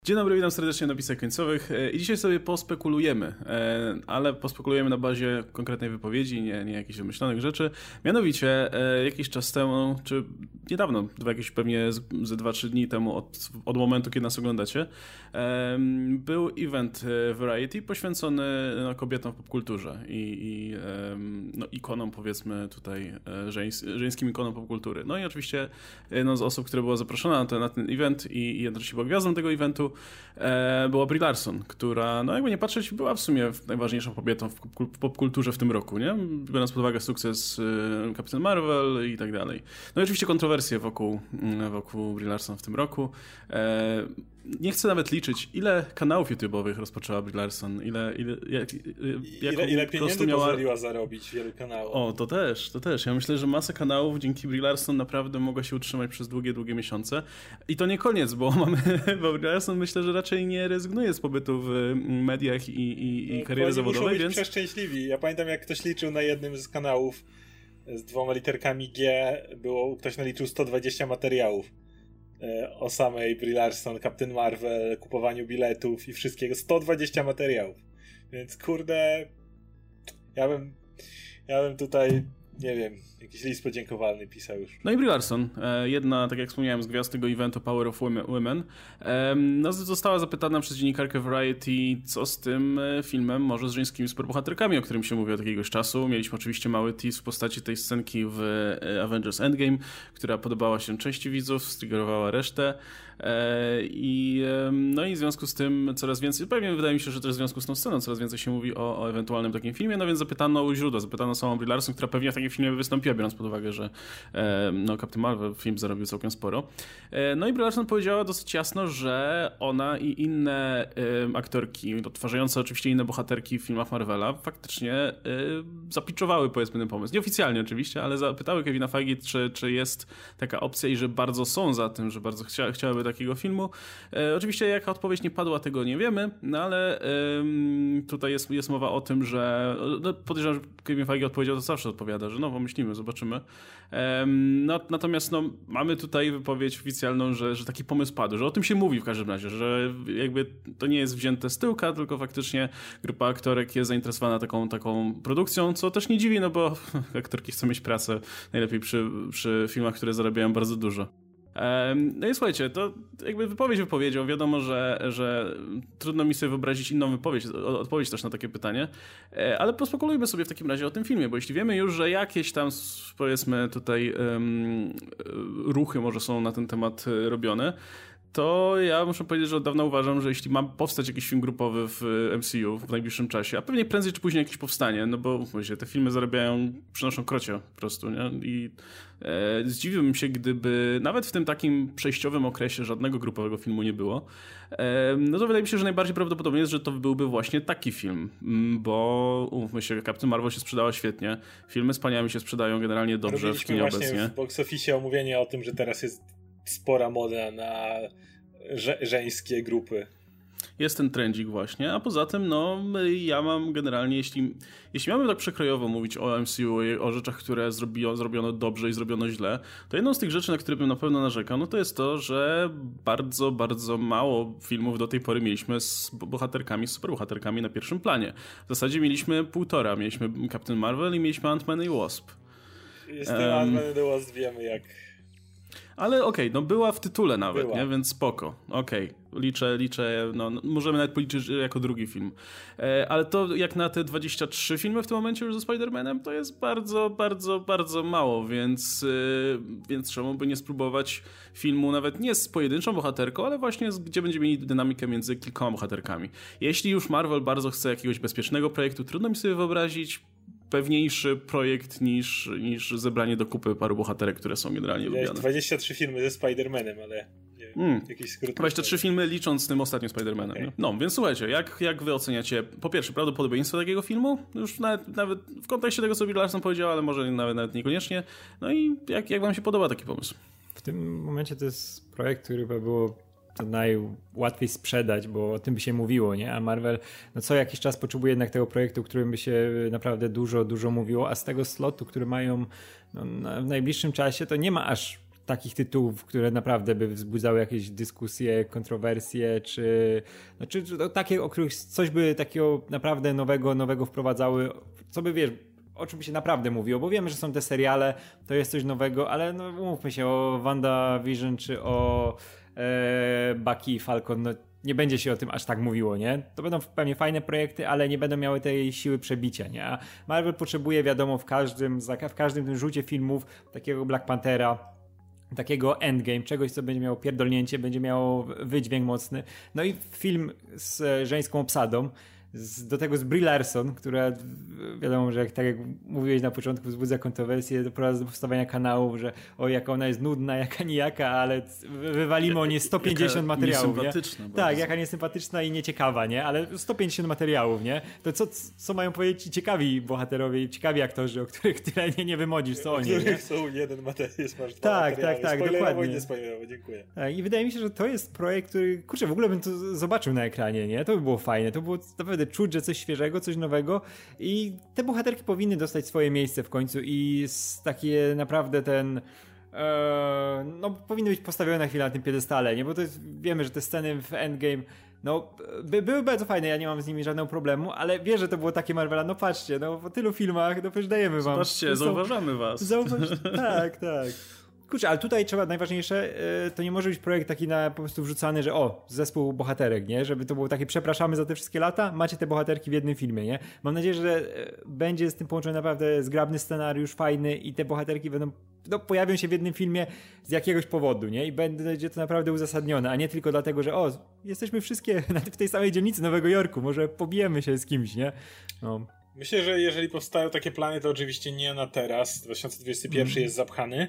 Dzień dobry, witam serdecznie na napisach końcowych i dzisiaj sobie pospekulujemy, ale pospekulujemy na bazie konkretnej wypowiedzi, nie jakichś wymyślonych rzeczy. Mianowicie jakiś czas temu, czy niedawno, jakieś pewnie ze 2-3 dni temu od momentu, kiedy nas oglądacie, był event Variety poświęcony kobietom w popkulturze i ikonom, powiedzmy tutaj, żeńskim ikonom popkultury. No i oczywiście jedną z osób, która była zaproszona na ten event i jednocześnie była gwiazdą tego eventu, była Brie Larson, która, no jakby nie patrzeć, była w sumie najważniejszą kobietą w popkulturze w tym roku, nie? Biorąc pod uwagę sukces Captain Marvel i tak dalej. No i oczywiście kontrowersje wokół Brie Larson w tym roku. Nie chcę nawet liczyć, ile kanałów YouTube'owych rozpoczęła Brie Larson, ile pieniędzy pozwoliła zarobić wielu kanałów. O, to też. Ja myślę, że masę kanałów dzięki Brie Larson naprawdę mogła się utrzymać przez długie miesiące. I to nie koniec, bo Brie Larson myślę, że raczej nie rezygnuje z pobytu w mediach i kariery zawodowej, więc... Muszą być przeszczęśliwi. Ja pamiętam, jak ktoś liczył na jednym z kanałów z 2 literkami G, ktoś naliczył 120 materiałów o samej Brie Larson, Captain Marvel, kupowaniu biletów i wszystkiego. 120 materiałów. Więc kurde, ja bym tutaj, nie wiem, jakiś list podziękowalny pisał już. No i Brie Larson, jedna, tak jak wspomniałem, z gwiazd tego eventu Power of Women, no, została zapytana przez dziennikarkę Variety, co z tym filmem, może z żeńskimi superbohaterkami, o którym się mówi od jakiegoś czasu. Mieliśmy oczywiście mały tease w postaci tej scenki w Avengers Endgame, która podobała się części widzów, striggerowała resztę. No i w związku z tym coraz więcej, pewnie wydaje mi się, że też w związku z tą sceną coraz więcej się mówi o ewentualnym takim filmie, no więc zapytano u źródła, zapytano samą Brie Larson, która pewnie w takim filmie wystąpiła, biorąc pod uwagę, że Captain Marvel film zarobił całkiem sporo. No i Brie Larson powiedziała dosyć jasno, że ona i inne aktorki, odtwarzające oczywiście inne bohaterki w filmach Marvela, faktycznie zapitchowały, powiedzmy, ten pomysł. Nieoficjalnie oczywiście, ale zapytały Kevina Feige, czy jest taka opcja i że bardzo są za tym, że bardzo chciałyby takiego filmu. Oczywiście jaka odpowiedź nie padła, tego nie wiemy, no ale tutaj jest mowa o tym, że podejrzewam, że Kevin Feige odpowiedział, to zawsze odpowiada, że no pomyślimy, zobaczymy. Natomiast mamy tutaj wypowiedź oficjalną, że taki pomysł padł, że o tym się mówi w każdym razie, że jakby to nie jest wzięte z tyłka, tylko faktycznie grupa aktorek jest zainteresowana taką produkcją, co też nie dziwi, no bo aktorki chcą mieć pracę najlepiej przy filmach, które zarabiają bardzo dużo. No i słuchajcie, to jakby wypowiedzią, wiadomo, że trudno mi sobie wyobrazić inną odpowiedź też na takie pytanie, ale pospekulujmy sobie w takim razie o tym filmie, bo jeśli wiemy już, że jakieś tam, powiedzmy tutaj ruchy może są na ten temat robione, to ja muszę powiedzieć, że od dawna uważam, że jeśli ma powstać jakiś film grupowy w MCU w najbliższym czasie, a pewnie prędzej czy później jakiś powstanie, no bo mówię, te filmy przynoszą krocie po prostu, nie? I zdziwiłbym się, gdyby nawet w tym takim przejściowym okresie żadnego grupowego filmu nie było, no to wydaje mi się, że najbardziej prawdopodobne jest, że to byłby właśnie taki film, bo umówmy się, Captain Marvel się sprzedała świetnie, filmy z paniami się sprzedają generalnie dobrze w kinie obecnie. W box office omówienie o tym, że teraz jest spora moda na żeńskie grupy. Jest ten trendzik właśnie, a poza tym no ja mam generalnie, jeśli mamy tak przekrojowo mówić o MCU i o rzeczach, które zrobiono dobrze i zrobiono źle, to jedną z tych rzeczy, na które bym na pewno narzekał, no to jest to, że bardzo, bardzo mało filmów do tej pory mieliśmy z bohaterkami, z superbohaterkami na pierwszym planie. W zasadzie mieliśmy półtora, mieliśmy Captain Marvel i mieliśmy Ant-Man i Wasp. Jest ten Ant-Man i The Wasp, wiemy jak... Ale okej, no była w tytule nawet, nie? Więc spoko. Okej, liczę, no możemy nawet policzyć jako drugi film. Ale to jak na te 23 filmy w tym momencie już ze Spider-Manem, to jest bardzo, bardzo, bardzo mało, więc czemu by nie spróbować filmu nawet nie z pojedynczą bohaterką, ale właśnie gdzie będziemy mieli dynamikę między kilkoma bohaterkami. Jeśli już Marvel bardzo chce jakiegoś bezpiecznego projektu, trudno mi sobie wyobrazić pewniejszy projekt niż zebranie do kupy paru bohaterek, które są generalnie lubiane. 23 filmy ze Spider-Manem, ale jakiś skrót. 23 filmy licząc z tym ostatnim Spider-Manem. Okay. No, więc słuchajcie, jak wy oceniacie po pierwsze prawdopodobieństwo takiego filmu? Już nawet w kontekście tego, co Brie Larson powiedziała, ale może nawet niekoniecznie. No i jak wam się podoba taki pomysł? W tym momencie to jest projekt, który by było to najłatwiej sprzedać, bo o tym by się mówiło, nie? A Marvel no co jakiś czas potrzebuje jednak tego projektu, którym by się naprawdę dużo mówiło, a z tego slotu, który mają w najbliższym czasie, to nie ma aż takich tytułów, które naprawdę by wzbudzały jakieś dyskusje, kontrowersje, czy takie, o których coś by takiego naprawdę nowego wprowadzały, co by, wiesz, o czym by się naprawdę mówiło, bo wiemy, że są te seriale, to jest coś nowego, ale no umówmy się, o WandaVision czy o Bucky i Falcon, no nie będzie się o tym aż tak mówiło, nie? To będą pewnie fajne projekty, ale nie będą miały tej siły przebicia, nie? A Marvel potrzebuje, wiadomo, w każdym tym rzucie filmów takiego Black Panthera, takiego endgame, czegoś, co będzie miało pierdolnięcie, będzie miało wydźwięk mocny. No i film z żeńską obsadą, do tego z Brie Larson, która wiadomo, że tak jak mówiłeś na początku, wzbudza kontrowersje, doprowadza do powstawania kanałów, że jaka ona jest nudna, jaka nijaka, ale wywalimy o niej 150 materiałów, nie? Tak, jaka niesympatyczna i nieciekawa, nie? Ale 150 materiałów, nie? To co mają powiedzieć ci ciekawi bohaterowie, ciekawi aktorzy, o których tyle nie wymodzisz, co oni, nie? Są jeden materiał, masz tak, dokładnie. Nie spoilerowo, dziękuję. Tak, i wydaje mi się, że to jest projekt, który, kurczę, w ogóle bym to zobaczył na ekranie, nie? To by było fajne, to było naprawdę czuć, że coś świeżego, coś nowego i te bohaterki powinny dostać swoje miejsce w końcu i takie naprawdę powinny być postawione na chwilę na tym piedestale, nie? Bo to wiemy, że te sceny w Endgame były bardzo fajne, ja nie mam z nimi żadnego problemu, ale wiesz, że to było takie Marvela, no patrzcie, po tylu filmach, przecież dajemy wam. Zobaczcie, zauważamy was. Tak. Kurczę, ale tutaj trzeba, najważniejsze, to nie może być projekt taki po prostu wrzucany, że zespół bohaterek, nie? Żeby to było takie, przepraszamy za te wszystkie lata, macie te bohaterki w jednym filmie, nie? Mam nadzieję, że będzie z tym połączony naprawdę zgrabny scenariusz, fajny i te bohaterki pojawią się w jednym filmie z jakiegoś powodu, nie? I będzie to naprawdę uzasadnione, a nie tylko dlatego, że jesteśmy wszystkie w tej samej dzielnicy Nowego Jorku, może pobijemy się z kimś, nie? No. Myślę, że jeżeli powstają takie plany, to oczywiście nie na teraz, 2021 jest zapchany.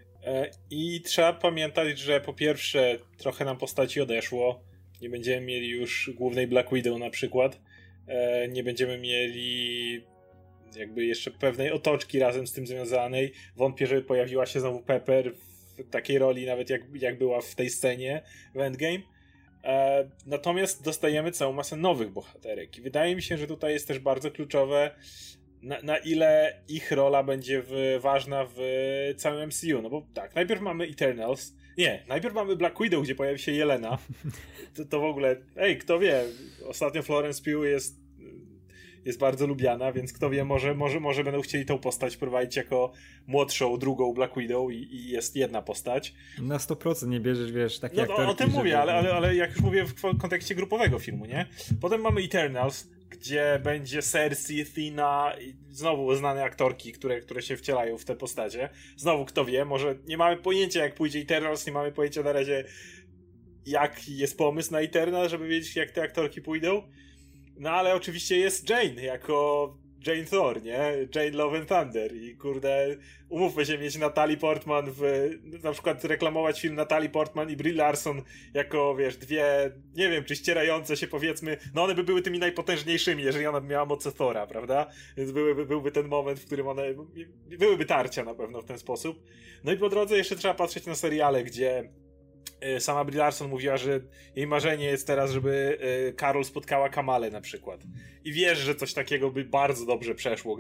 I trzeba pamiętać, że po pierwsze trochę nam postaci odeszło, nie będziemy mieli już głównej Black Widow na przykład, nie będziemy mieli jakby jeszcze pewnej otoczki razem z tym związanej, wątpię, żeby pojawiła się znowu Pepper w takiej roli nawet jak była w tej scenie w Endgame, natomiast dostajemy całą masę nowych bohaterek i wydaje mi się, że tutaj jest też bardzo kluczowe na ile ich rola będzie ważna w całym MCU. No bo tak, najpierw mamy Eternals. Nie, najpierw mamy Black Widow, gdzie pojawi się Jelena. To w ogóle, kto wie, ostatnio Florence Pugh jest bardzo lubiana, więc kto wie, może będą chcieli tą postać prowadzić jako młodszą, drugą Black Widow i jest jedna postać. Na 100% nie bierzesz, wiesz, takie aktorki. O tym mówię, ale jak już mówię w kontekście grupowego filmu, nie? Potem mamy Eternals, gdzie będzie Cersei, Athena i znowu znane aktorki, które się wcielają w te postacie. Znowu, kto wie, może nie mamy pojęcia, jak pójdzie Eternals, nie mamy pojęcia na razie, jaki jest pomysł na Eternals, żeby wiedzieć, jak te aktorki pójdą. No ale oczywiście jest Jane, jako Jane Thor, nie? Jane Love and Thunder i kurde, umówmy się, mieć Natalie Portman na przykład reklamować film Natalie Portman i Brie Larson jako, wiesz, dwie, nie wiem, czy ścierające się, powiedzmy, no one by były tymi najpotężniejszymi, jeżeli ona by miała moce Thora, prawda? Więc byłby ten moment, w którym one, byłyby tarcia na pewno w ten sposób. No i po drodze jeszcze trzeba patrzeć na seriale, gdzie sama Brie Larson mówiła, że jej marzenie jest teraz, żeby Carol spotkała Kamalę na przykład. I wiesz, że coś takiego by bardzo dobrze przeszło,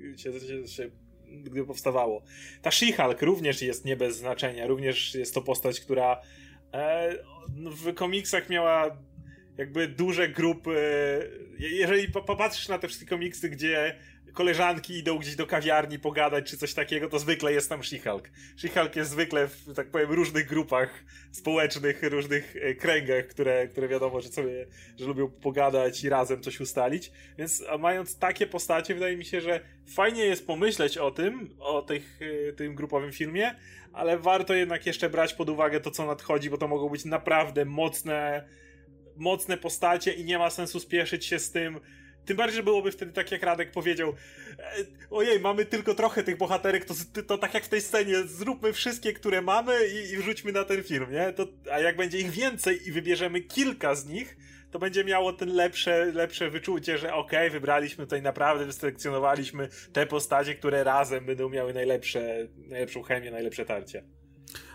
gdyby powstawało. Ta She-Hulk również jest nie bez znaczenia. Również jest to postać, która w komiksach miała jakby duże grupy. Jeżeli popatrzysz na te wszystkie komiksy, gdzie koleżanki idą gdzieś do kawiarni pogadać czy coś takiego, to zwykle jest tam She-Hulk. She-Hulk jest zwykle w, tak powiem, różnych grupach społecznych, różnych kręgach, które wiadomo, że lubią pogadać i razem coś ustalić. Więc mając takie postacie, wydaje mi się, że fajnie jest pomyśleć o tym grupowym filmie, ale warto jednak jeszcze brać pod uwagę to, co nadchodzi, bo to mogą być naprawdę mocne postacie i nie ma sensu spieszyć się z tym. Tym bardziej, że byłoby wtedy tak, jak Radek powiedział, ojej, mamy tylko trochę tych bohaterek, to tak jak w tej scenie, zróbmy wszystkie, które mamy i wrzućmy na ten film, nie? A jak będzie ich więcej i wybierzemy kilka z nich, to będzie miało ten lepsze wyczucie, że okej, wybraliśmy tutaj naprawdę, wyselekcjonowaliśmy te postacie, które razem będą miały najlepszą chemię, najlepsze tarcie.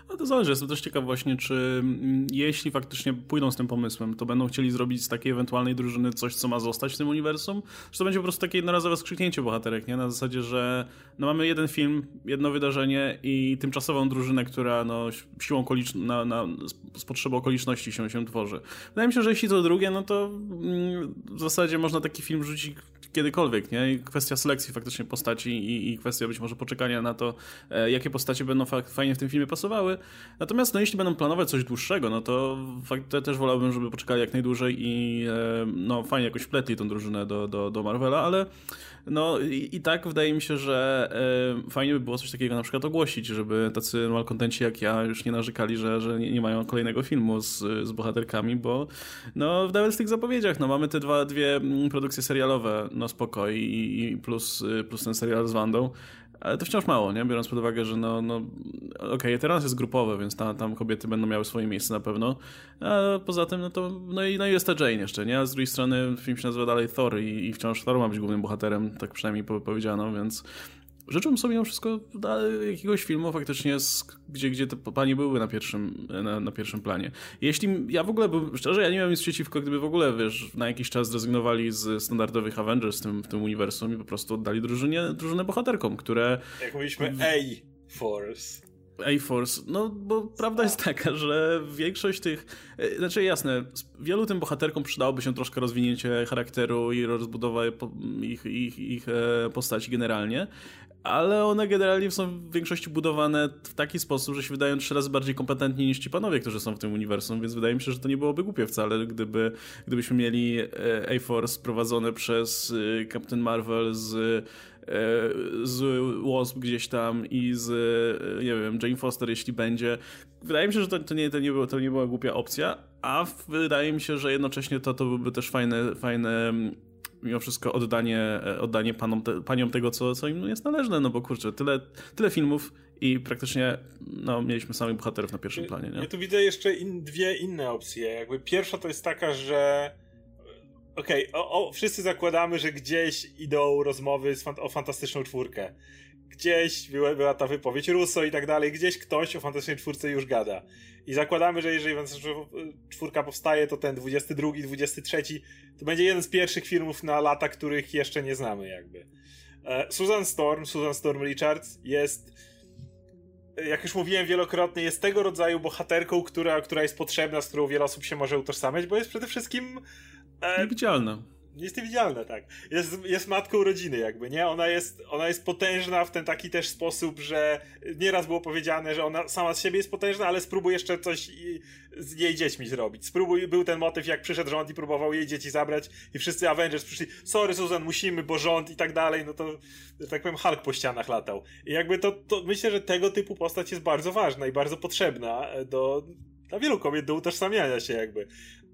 No to zależy, jestem też ciekaw właśnie, czy jeśli faktycznie pójdą z tym pomysłem, to będą chcieli zrobić z takiej ewentualnej drużyny coś, co ma zostać w tym uniwersum, czy to będzie po prostu takie jednorazowe skrzyknięcie bohaterek, nie? Na zasadzie, że no mamy jeden film, jedno wydarzenie i tymczasową drużynę, która no siłą z potrzeby okoliczności się tworzy. Wydaje mi się, że jeśli to drugie, no to w zasadzie można taki film rzucić kiedykolwiek, nie? I kwestia selekcji faktycznie postaci i kwestia być może poczekania na to, jakie postacie będą fajnie w tym filmie pasowały. Natomiast no, jeśli będą planować coś dłuższego, no to też wolałbym, żeby poczekali jak najdłużej i no fajnie jakoś wpletli tą drużynę do Marvela, ale no i tak wydaje mi się, że fajnie by było coś takiego na przykład ogłosić, żeby tacy malkontenci jak ja już nie narzekali, że nie mają kolejnego filmu z bohaterkami, bo no nawet w tych zapowiedziach, no mamy te dwie produkcje serialowe, no spoko i plus ten serial z Wandą, ale to wciąż mało, nie? Biorąc pod uwagę, że okej, teraz jest grupowe, więc tam kobiety będą miały swoje miejsce na pewno, a poza tym no i jest ta Jane jeszcze, nie? A z drugiej strony film się nazywa dalej Thor i wciąż Thor ma być głównym bohaterem, tak przynajmniej powiedziano, więc życzyłbym sobie mimo wszystko jakiegoś filmu faktycznie, gdzie te panie były na pierwszym planie. Ja w ogóle, szczerze, ja nie miałem nic przeciwko, gdyby w ogóle, wiesz, na jakiś czas zrezygnowali z standardowych Avengers w tym uniwersum i po prostu oddali drużynę bohaterkom, które... Jak mówiliśmy, A-Force. A-Force, no bo prawda jest taka, że większość tych, znaczy jasne, wielu tym bohaterkom przydałoby się troszkę rozwinięcie charakteru i rozbudowa ich postaci generalnie, ale one generalnie są w większości budowane w taki sposób, że się wydają 3 razy bardziej kompetentni niż ci panowie, którzy są w tym uniwersum, więc wydaje mi się, że to nie byłoby głupie wcale, gdybyśmy mieli A-Force prowadzone przez Captain Marvel z Wasp gdzieś tam i z, nie wiem, Jane Foster, jeśli będzie. Wydaje mi się, że to nie była głupia opcja, a wydaje mi się, że jednocześnie to byłby też fajne mimo wszystko oddanie paniom tego, co im jest należne, no bo kurczę, tyle filmów i praktycznie no, mieliśmy samych bohaterów na pierwszym planie, nie? Ja tu widzę jeszcze dwie inne opcje. Jakby pierwsza to jest taka, że wszyscy zakładamy, że gdzieś idą rozmowy o Fantastyczną Czwórkę. Gdzieś była ta wypowiedź Russo i tak dalej, gdzieś ktoś o Fantastycznej Czwórce już gada. I zakładamy, że jeżeli Fantastyczna Czwórka powstaje, to ten 22, 23 to będzie jeden z pierwszych filmów na lata, których jeszcze nie znamy jakby. Susan Storm Richards jest, jak już mówiłem wielokrotnie, jest tego rodzaju bohaterką, która jest potrzebna, z którą wiele osób się może utożsamiać, bo jest przede wszystkim niewidzialna. Jest niewidzialna, tak. Jest matką rodziny jakby, nie? Ona jest potężna w ten taki też sposób, że nieraz było powiedziane, że ona sama z siebie jest potężna, ale spróbuj jeszcze coś z jej dziećmi zrobić. Był ten motyw, jak przyszedł rząd i próbował jej dzieci zabrać i wszyscy Avengers przyszli, sorry Susan, musimy, bo rząd i tak dalej, no to, że tak powiem, Hulk po ścianach latał. I jakby to myślę, że tego typu postać jest bardzo ważna i bardzo potrzebna dla wielu kobiet do utożsamiania się jakby.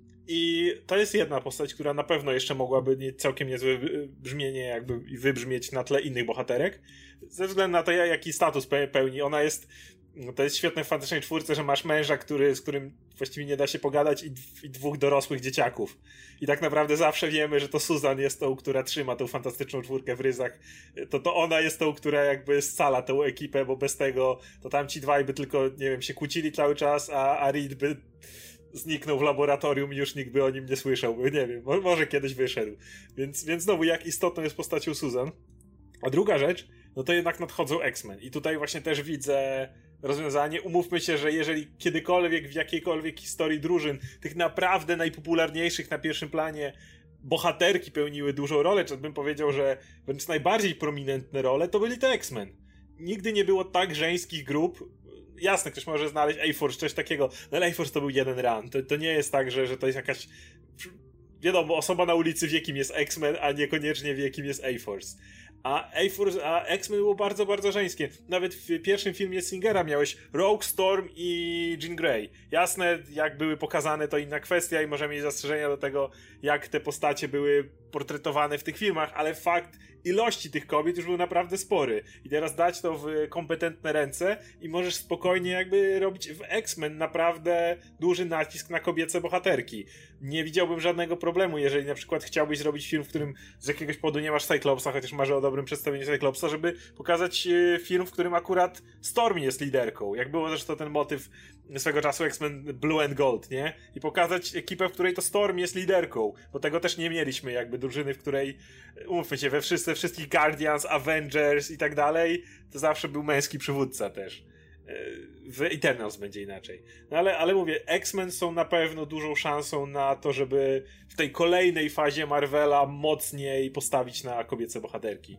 I to jest jedna postać, która na pewno jeszcze mogłaby mieć całkiem niezłe brzmienie jakby i wybrzmieć na tle innych bohaterek, ze względu na to, jaki status pełni. Ona jest, to jest świetne w Fantastycznej Czwórce, że masz męża, z którym właściwie nie da się pogadać i 2 dorosłych dzieciaków. I tak naprawdę zawsze wiemy, że to Susan jest tą, która trzyma tą Fantastyczną Czwórkę w ryzach. To ona jest tą, która jakby scala tę ekipę, bo bez tego to tamci dwaj by tylko, nie wiem, się kłócili cały czas, a Reed by zniknął w laboratorium i już nikt by o nim nie słyszał, bo nie wiem, może kiedyś wyszedł. Więc znowu, jak istotną jest postacią Susan. A druga rzecz, no to jednak nadchodzą X-Men. I tutaj właśnie też widzę rozwiązanie. Umówmy się, że jeżeli kiedykolwiek w jakiejkolwiek historii drużyn, tych naprawdę najpopularniejszych na pierwszym planie, bohaterki pełniły dużą rolę, czy bym powiedział, że wręcz najbardziej prominentne role, to byli te X-Men. Nigdy nie było tak żeńskich grup. Jasne, ktoś może znaleźć A-Force, coś takiego, no ale A-Force to był jeden run. To nie jest tak, że to jest jakaś, wiadomo, osoba na ulicy wie, kim jest X-Men, a niekoniecznie wie, kim jest A-Force. A X-Men było bardzo, bardzo żeńskie. Nawet w pierwszym filmie Singera miałeś Rogue, Storm i Jean Grey. Jasne, jak były pokazane, to inna kwestia i możemy mieć zastrzeżenia do tego, jak te postacie były portretowane w tych filmach, ale fakt ilości tych kobiet już był naprawdę spory. I teraz dać to w kompetentne ręce i możesz spokojnie jakby robić w X-Men naprawdę duży nacisk na kobiece bohaterki. Nie widziałbym żadnego problemu, jeżeli na przykład chciałbyś zrobić film, w którym z jakiegoś powodu nie masz Cyclopsa, chociaż marzę o dobrym przedstawieniu Cyclopsa, żeby pokazać film, w którym akurat Storm jest liderką. Jak było zresztą ten motyw swego czasu X-Men Blue and Gold, nie? I pokazać ekipę, w której to Storm jest liderką, bo tego też nie mieliśmy, jakby drużyny, w której, umówmy się, we wszystkich Guardians, Avengers i tak dalej, to zawsze był męski przywódca też. W Eternals będzie inaczej. No ale mówię, X-Men są na pewno dużą szansą na to, żeby w tej kolejnej fazie Marvela mocniej postawić na kobiece bohaterki.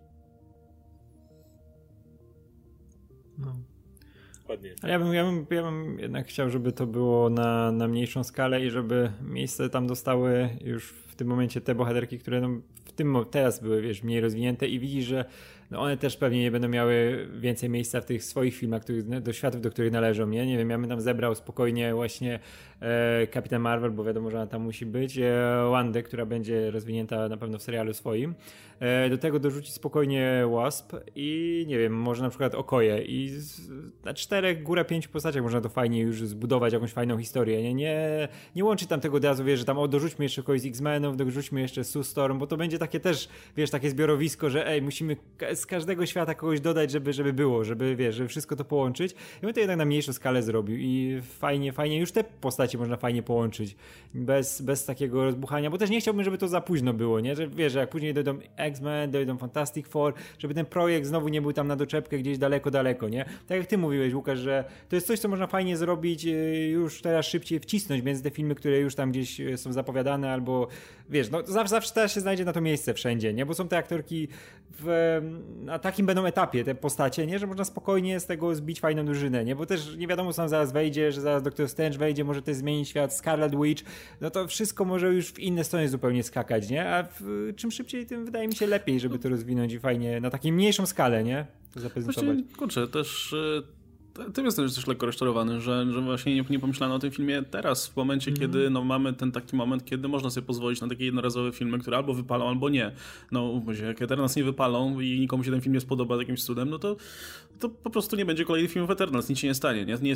No. Ładnie. Ale ja bym jednak chciał, żeby to było na mniejszą skalę i żeby miejsce tam dostały już w tym momencie te bohaterki, które no teraz były, wiesz, mniej rozwinięte i widzisz, że no one też pewnie nie będą miały więcej miejsca w tych swoich filmach, do światów, do których należą, nie? Nie wiem, ja bym tam zebrał spokojnie właśnie Kapitan Marvel, bo wiadomo, że ona tam musi być, Wandę, która będzie rozwinięta na pewno w serialu swoim. Do tego dorzucić spokojnie Wasp i nie wiem, może na przykład Okoje i na 4, góra 5 postaciach można to fajnie już zbudować, jakąś fajną historię, nie łączyć tam tego od razu, wiesz, że tam dorzućmy jeszcze kogoś z X-Menów, dorzućmy jeszcze Sue Storm, bo to będzie takie też, wiesz, takie zbiorowisko, że musimy z każdego świata kogoś dodać, żeby było, żeby, wiesz, żeby wszystko to połączyć. I on to jednak na mniejszą skalę zrobił i fajnie, już te postacie można fajnie połączyć, bez takiego rozbuchania, bo też nie chciałbym, żeby to za późno było, nie, że wiesz, że jak później dojdą X-Men, dojdą Fantastic Four, żeby ten projekt znowu nie był tam na doczepkę gdzieś daleko, nie? Tak jak ty mówiłeś, Łukasz, że to jest coś, co można fajnie zrobić, już teraz szybciej wcisnąć między te filmy, które już tam gdzieś są zapowiadane, albo wiesz, no zawsze teraz się znajdzie na to miejsce wszędzie, nie? Bo są te aktorki na takim będą etapie, te postacie, nie? Że można spokojnie z tego zbić fajną drużynę, nie? Bo też nie wiadomo, co tam zaraz wejdzie, że zaraz Doctor Strange wejdzie, może też zmienić świat, Scarlet Witch, no to wszystko może już w inne strony zupełnie skakać, nie? A czym szybciej, tym wydaje mi się lepiej, żeby to rozwinąć i fajnie, na takiej mniejszą skalę, nie? To zaprezentować. Właśnie, kurczę, też tym jestem też lekko rozczarowany, że właśnie nie pomyślano o tym filmie teraz, w momencie, kiedy no, mamy ten taki moment, kiedy można sobie pozwolić na takie jednorazowe filmy, które albo wypalą, albo nie. No, jak Eternals nie wypalą i nikomu się ten film nie spodoba jakimś cudem, no to po prostu nie będzie kolejnych filmów Eternals, nic się nie stanie. Nie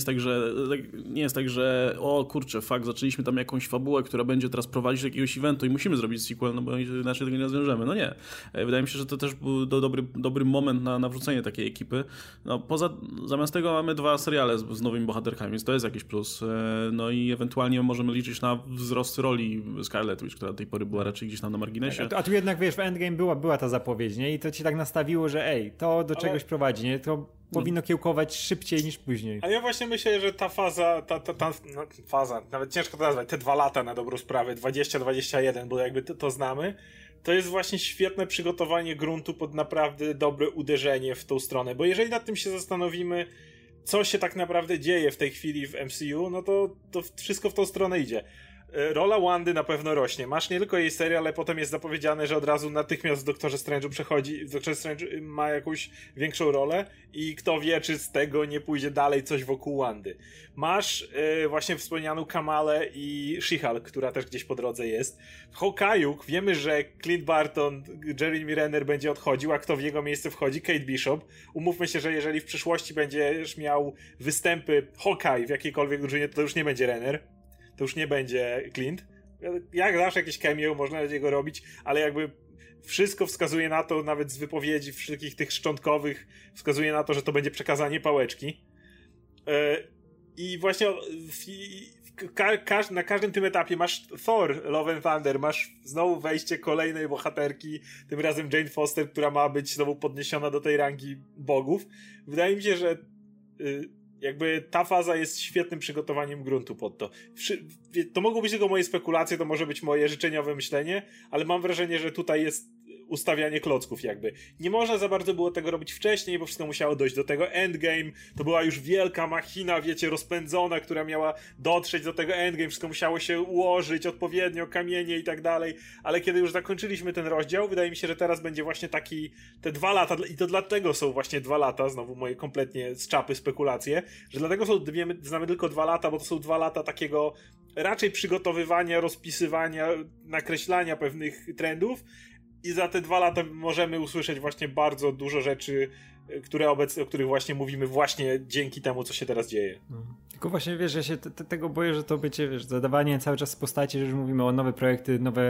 jest tak, że o kurczę, fakt, zaczęliśmy tam jakąś fabułę, która będzie teraz prowadzić do jakiegoś eventu i musimy zrobić sequel, no bo inaczej tego nie rozwiążemy. No nie. Wydaje mi się, że to też był dobry moment na wrzucenie takiej ekipy. No, zamiast tego mamy 2 seriale z nowymi bohaterkami, więc to jest jakiś plus. No i ewentualnie możemy liczyć na wzrost roli Scarlet Witch, która do tej pory była raczej gdzieś tam na marginesie. A tu jednak, wiesz, w Endgame była ta zapowiedź, nie? I to ci tak nastawiło, że to do czegoś prowadzi, nie? To powinno kiełkować szybciej niż później. A ja właśnie myślę, że ta faza, faza, nawet ciężko to nazwać, te 2 lata na dobrą sprawę, 20-21, bo jakby to znamy, to jest właśnie świetne przygotowanie gruntu pod naprawdę dobre uderzenie w tą stronę, bo jeżeli nad tym się zastanowimy, co się tak naprawdę dzieje w tej chwili w MCU, no to wszystko w tą stronę idzie. Rola Wandy na pewno rośnie. Masz nie tylko jej serial, ale potem jest zapowiedziane, że od razu natychmiast w Doktorze Strange'u przechodzi, w Doktorze Strange ma jakąś większą rolę i kto wie, czy z tego nie pójdzie dalej coś wokół Wandy. Masz właśnie wspomnianą Kamalę i She-Hulk, która też gdzieś po drodze jest. W Hawkeye'u wiemy, że Clint Barton, Jeremy Renner będzie odchodził, a kto w jego miejsce wchodzi? Kate Bishop. Umówmy się, że jeżeli w przyszłości będziesz miał występy Hawkeye w jakiejkolwiek drużynie, to już nie będzie Renner. To już nie będzie Clint. Jak zawsze jakieś cameo, można będzie go robić, ale jakby wszystko wskazuje na to, nawet z wypowiedzi wszystkich tych szczątkowych, wskazuje na to, że to będzie przekazanie pałeczki. I właśnie na każdym tym etapie masz Thor, Love and Thunder, masz znowu wejście kolejnej bohaterki, tym razem Jane Foster, która ma być znowu podniesiona do tej rangi bogów. Wydaje mi się, że jakby ta faza jest świetnym przygotowaniem gruntu pod to. To mogą być tylko moje spekulacje, to może być moje życzeniowe myślenie, ale mam wrażenie, że tutaj jest ustawianie klocków jakby. Nie można za bardzo było tego robić wcześniej, bo wszystko musiało dojść do tego endgame. To była już wielka machina, wiecie, rozpędzona, która miała dotrzeć do tego endgame. Wszystko musiało się ułożyć odpowiednio, kamienie i tak dalej. Ale kiedy już zakończyliśmy ten rozdział, wydaje mi się, że teraz będzie właśnie te 2 lata i to dlatego są właśnie 2 lata, znowu moje kompletnie z czapy spekulacje, że dlatego znamy tylko 2 lata, bo to są 2 lata takiego raczej przygotowywania, rozpisywania, nakreślania pewnych trendów. I za te 2 lata możemy usłyszeć właśnie bardzo dużo rzeczy, o których właśnie mówimy właśnie dzięki temu, co się teraz dzieje. Tylko właśnie, wiesz, ja się tego boję, że to będzie, wiesz, zadawanie cały czas z postaci, że już mówimy o nowe projekty, nowe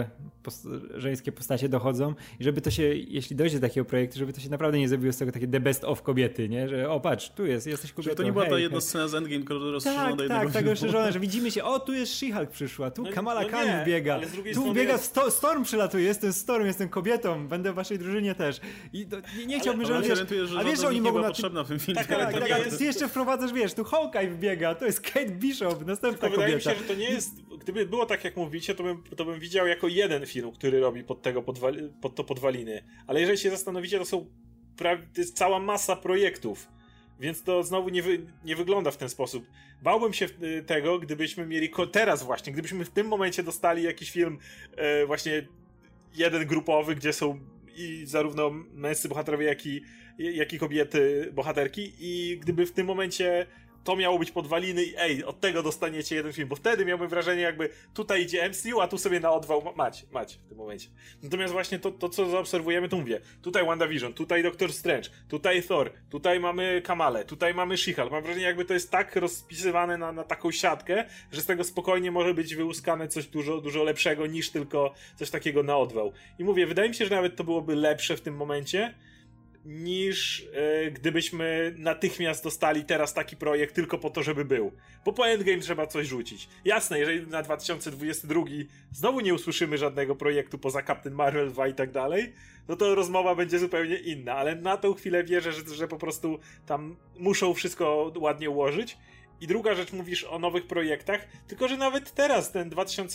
żeńskie postacie dochodzą i żeby to się, jeśli dojdzie do takiego projektu, żeby to się naprawdę nie zrobiło z tego takie the best of kobiety, nie? Że o patrz, tu jesteś kobietą. Że to nie była ta jedna scena z Endgame, która rozszerzona do jednego tak rozszerzona, że widzimy się, o tu jest She-Hulk przyszła, tu Kamala Khan wbiega, tu wbiega Storm przylatuje, jestem Storm, jestem kobietą, będę w waszej drużynie też. I nie chciałbym, że wiesz, że oni mogą potrzebna w tym filmie. Ty jeszcze wprowadzasz, wiesz, tu Hawkeye wbiega, to jest Kate Bishop, następna kobieta. Wydaje mi się, że to nie jest, gdyby było tak jak mówicie, to bym widział jako jeden film, który robi pod to podwaliny. Ale jeżeli się zastanowicie, to jest cała masa projektów. Więc to znowu nie wygląda w ten sposób. Bałbym się tego, gdybyśmy mieli teraz właśnie, gdybyśmy w tym momencie dostali jakiś film właśnie jeden grupowy, gdzie są i zarówno męscy bohaterowie, jak i kobiety bohaterki, i gdyby w tym momencie to miało być podwaliny i od tego dostaniecie jeden film, bo wtedy miałbym wrażenie, jakby tutaj idzie MCU, a tu sobie na odwał macie w tym momencie. Natomiast właśnie to co zaobserwujemy, to mówię, tutaj WandaVision, tutaj Doctor Strange, tutaj Thor, tutaj mamy Kamalę, tutaj mamy She-Hulk. Mam wrażenie, jakby to jest tak rozpisywane na taką siatkę, że z tego spokojnie może być wyłuskane coś dużo, dużo lepszego niż tylko coś takiego na odwał. I mówię, wydaje mi się, że nawet to byłoby lepsze w tym momencie, niż gdybyśmy natychmiast dostali teraz taki projekt tylko po to, żeby był. Bo po Endgame trzeba coś rzucić. Jasne, jeżeli na 2022 znowu nie usłyszymy żadnego projektu poza Captain Marvel 2 i tak dalej, no to rozmowa będzie zupełnie inna, ale na tą chwilę wierzę, że po prostu tam muszą wszystko ładnie ułożyć. I druga rzecz, mówisz o nowych projektach, tylko że nawet teraz ten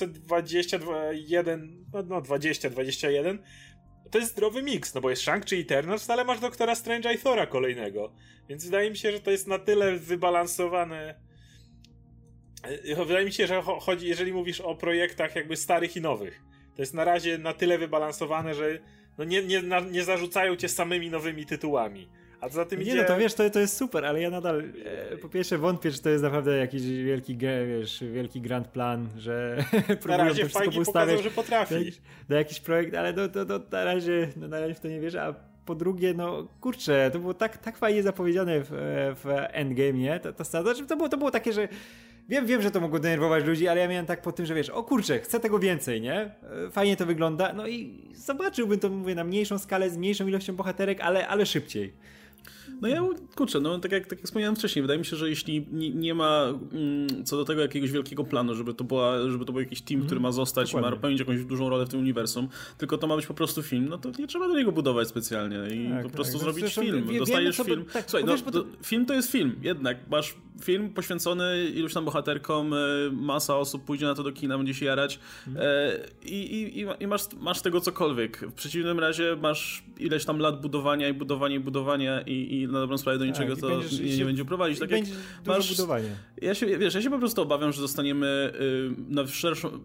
2021, no 2021 to jest zdrowy miks, no bo jest Shang-Chi Eternals, ale masz Doktora Strange'a i Thora kolejnego. Więc wydaje mi się, że to jest na tyle wybalansowane. Wydaje mi się, że chodzi, jeżeli mówisz o projektach jakby starych i nowych, to jest na razie na tyle wybalansowane, że no nie zarzucają cię samymi nowymi tytułami. A za tym idzie... no to wiesz, to jest super, ale ja nadal po pierwsze wątpię, że to jest naprawdę jakiś wielki grand plan, że na razie Feige pokazał, że potrafi. Do jakiś projekt, ale na razie w to nie wierzę, a po drugie, no kurczę, to było tak fajnie zapowiedziane w Endgame, nie? Ta scena, to było takie, że wiem, że to mogło denerwować ludzi, ale ja miałem tak po tym, że wiesz, o kurczę, chcę tego więcej, nie? Fajnie to wygląda, no i zobaczyłbym to, mówię, na mniejszą skalę, z mniejszą ilością bohaterek, ale szybciej. No ja, kurczę, no tak jak wspomniałem wcześniej, wydaje mi się, że jeśli nie ma co do tego jakiegoś wielkiego planu, żeby to był jakiś team, który ma zostać, dokładnie, ma pełnić jakąś dużą rolę w tym uniwersum, tylko to ma być po prostu film, no to nie trzeba do niego budować specjalnie i po prostu zrobić film. Dostajesz film. Słuchaj, film to jest film, jednak masz film poświęcony iluś tam bohaterkom, masa osób pójdzie na to do kina, będzie się jarać i masz tego cokolwiek. W przeciwnym razie masz ileś tam lat budowania i na dobrą sprawę do niczego to nie będzie prowadzić. Tak jak masz budowanie. Ja się po prostu obawiam, że dostaniemy na szerszą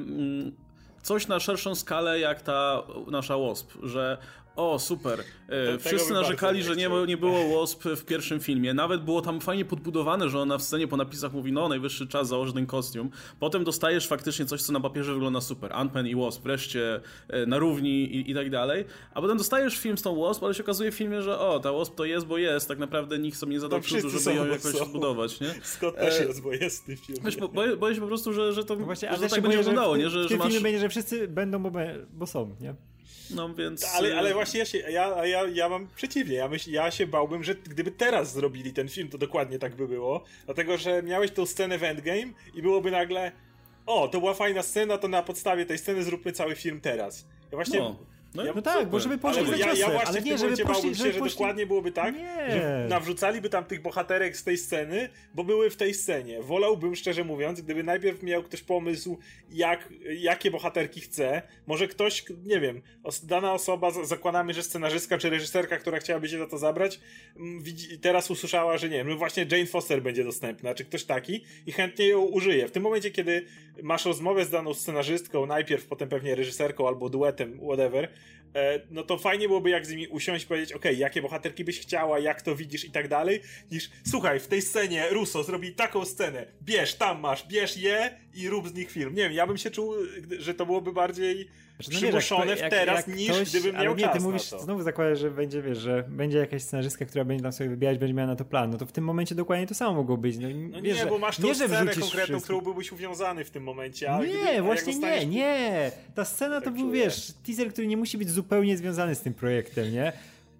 coś na szerszą skalę jak ta nasza Wasp, że o, super. Wszyscy narzekali, że nie było Wasp w pierwszym filmie. Nawet było tam fajnie podbudowane, że ona w scenie po napisach mówi, no najwyższy czas założyć ten kostium. Potem dostajesz faktycznie coś, co na papierze wygląda super. Ant-Man i Wasp wreszcie na równi i tak dalej. A potem dostajesz film z tą Wasp, ale się okazuje w filmie, że ta Wasp to jest, bo jest. Tak naprawdę nikt sobie nie zadał trudu, żeby ją jakoś zbudować, nie? Scott też jest, bo jest w tym filmie. Boję się po prostu, że to no właśnie, że tak będzie wyglądało, nie? Że w tym filmie będzie, że wszyscy będą, bo są, nie? No więc... Ale właśnie ja mam przeciwnie. Ja się bałbym, że gdyby teraz zrobili ten film, to dokładnie tak by było. Dlatego, że miałeś tą scenę w Endgame i byłoby nagle to była fajna scena, to na podstawie tej sceny zróbmy cały film teraz. Ja właśnie... No tak, bo żeby poszli za ciosem, ja właśnie ale w tym momencie bałbym się, że dokładnie byłoby tak, że nawrzucali tam tych bohaterek z tej sceny, bo były w tej scenie. Wolałbym, szczerze mówiąc, gdyby najpierw miał ktoś pomysł, jakie bohaterki chce, może ktoś, nie wiem, dana osoba, zakładamy, że scenarzystka czy reżyserka, która chciałaby się za to zabrać, teraz usłyszała, że nie wiem, no właśnie Jane Foster będzie dostępna, czy ktoś taki i chętnie ją użyje. W tym momencie, kiedy masz rozmowę z daną scenarzystką, najpierw, potem pewnie reżyserką albo duetem, whatever, no to fajnie byłoby jak z nimi usiąść i powiedzieć, okej, jakie bohaterki byś chciała, jak to widzisz i tak dalej, niż słuchaj, w tej scenie Russo zrobi taką scenę, bierz je i rób z nich film. Nie wiem, ja bym się czuł, że to byłoby bardziej przymuszone niż gdybym miał czas ty mówisz, na to. Znowu zakładasz, że będzie, wiesz, że będzie jakaś scenarzystka, która będzie tam sobie wybierać, będzie miała na to plan, no to w tym momencie dokładnie to samo mogło być. No wiesz, nie, bo masz tą scenę konkretną, którą byłbyś uwiązany w tym momencie. Ale nie. Ta scena to był, wiesz, teaser, który nie musi być zupełnie związany z tym projektem, nie?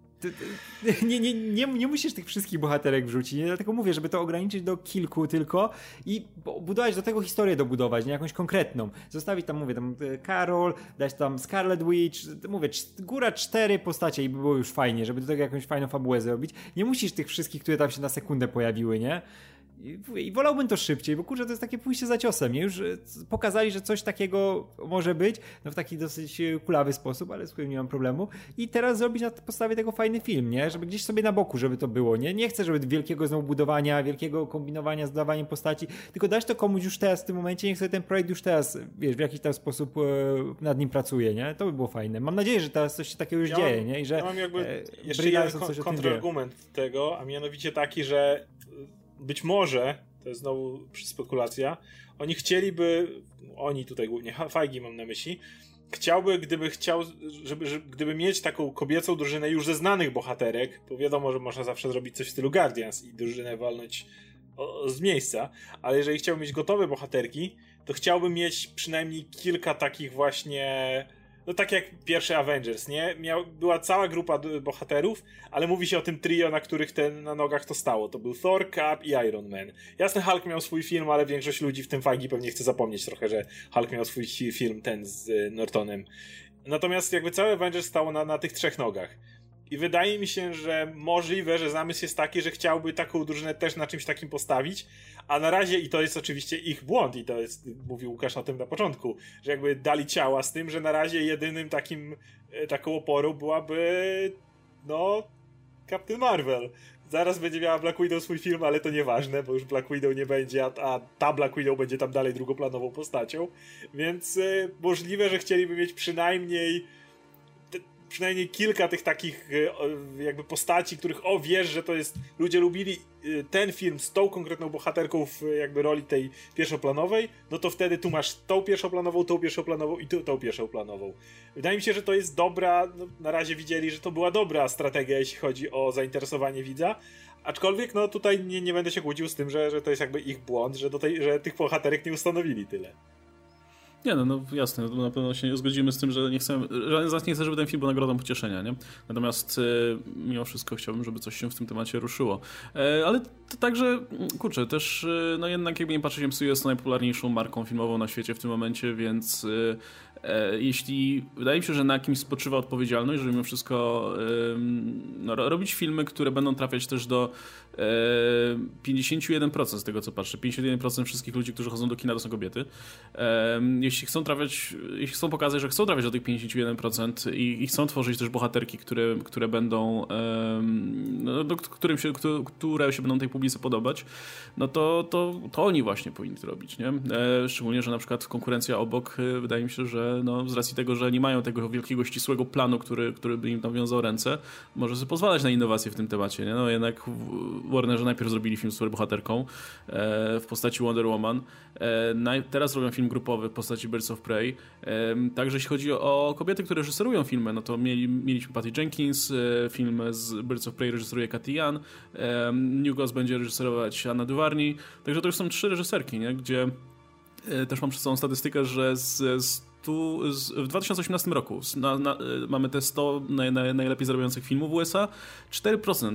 Nie musisz tych wszystkich bohaterek wrzucić, nie? Dlatego mówię, żeby to ograniczyć do kilku tylko i budować do tego historię dobudować, nie? Jakąś konkretną. Zostawić tam, mówię, tam Carol, dać tam Scarlet Witch, mówię, góra 4 postacie i by było już fajnie, żeby do tego jakąś fajną fabułę zrobić. Nie musisz tych wszystkich, które tam się na sekundę pojawiły, nie? I wolałbym to szybciej, bo kurczę, to jest takie pójście za ciosem, nie? Już pokazali, że coś takiego może być, no w taki dosyć kulawy sposób, ale z którym nie mam problemu. I teraz zrobić na podstawie tego fajny film, nie? Żeby gdzieś sobie na boku, żeby to było, nie? Nie chcę, żeby wielkiego znowu budowania, wielkiego kombinowania z dodawaniem postaci, tylko dać to komuś już teraz w tym momencie, niech sobie ten projekt już teraz, wiesz, w jakiś tam sposób nad nim pracuje, nie? To by było fajne. Mam nadzieję, że teraz coś się takiego już dzieje, nie? I że mam jakby jeszcze jeden kontrargument tego, a mianowicie taki, że być może, to jest znowu spekulacja, oni chcieliby, oni tutaj głównie, Feige mam na myśli, gdyby mieć taką kobiecą drużynę już ze znanych bohaterek, to wiadomo, że można zawsze zrobić coś w stylu Guardians i drużynę walnąć z miejsca, ale jeżeli chciałbym mieć gotowe bohaterki, to chciałbym mieć przynajmniej kilka takich właśnie... No tak jak pierwszy Avengers, nie? Była cała grupa bohaterów, ale mówi się o tym trio, na których na nogach to stało. To był Thor, Cap i Iron Man. Jasne, Hulk miał swój film, ale większość ludzi, w tym Feige, pewnie chce zapomnieć trochę, że Hulk miał swój film, ten z Nortonem. Natomiast jakby cały Avengers stało na tych trzech nogach. I wydaje mi się, że możliwe, że zamysł jest taki, że chciałby taką drużynę też na czymś takim postawić, a na razie, i to jest oczywiście ich błąd, i to jest, mówił Łukasz o tym na początku, że jakby dali ciała z tym, że na razie jedynym taką oporą byłaby, no, Captain Marvel. Zaraz będzie miała Black Widow swój film, ale to nieważne, bo już Black Widow nie będzie, a ta Black Widow będzie tam dalej drugoplanową postacią, więc możliwe, że chcieliby mieć przynajmniej kilka tych takich jakby postaci, których wiesz, że to jest, ludzie lubili ten film z tą konkretną bohaterką w jakby roli tej pierwszoplanowej, no to wtedy tu masz tą pierwszoplanową i tą pierwszoplanową. Wydaje mi się, że to jest dobra, no, na razie widzieli, że to była dobra strategia, jeśli chodzi o zainteresowanie widza, aczkolwiek no tutaj nie będę się kłócił z tym, że to jest jakby ich błąd, że tych bohaterek nie ustanowili tyle. Nie, no jasne, no, na pewno się nie zgodzimy z tym, że nie chcemy, żaden z nas nie chce, żeby ten film był nagrodą pocieszenia, nie? Natomiast mimo wszystko chciałbym, żeby coś się w tym temacie ruszyło. Ale to także, kurczę, też no jednak jakby nie patrzeć, MCU jest najpopularniejszą marką filmową na świecie w tym momencie, więc jeśli wydaje mi się, że na kimś spoczywa odpowiedzialność, żeby mimo wszystko no, robić filmy, które będą trafiać też do 51% z tego co patrzę, 51% wszystkich ludzi, którzy chodzą do kina, to są kobiety. Jeśli chcą pokazać, że chcą trafiać do tych 51% i chcą tworzyć też bohaterki, które będą no, które się będą tej publice podobać, no to oni właśnie powinni to robić, nie? Szczególnie, że na przykład konkurencja obok, wydaje mi się, że no, z racji tego, że nie mają tego wielkiego, ścisłego planu, który by im tam wiązał ręce, może sobie pozwalać na innowacje w tym temacie, nie? No jednak Warnerzy najpierw zrobili film z superbohaterką w postaci Wonder Woman, teraz robią film grupowy w postaci Birds of Prey. Także jeśli chodzi o kobiety, które reżyserują filmy, no to mieliśmy Patty Jenkins, film z Birds of Prey reżyseruje Cathy Yan, New Ghost będzie reżyserować Anna Duvarni, także to już są 3 reżyserki, nie? Gdzie też mam przed sobą statystykę, że w 2018 roku mamy te 100 najlepiej zarabiających filmów w USA, 4%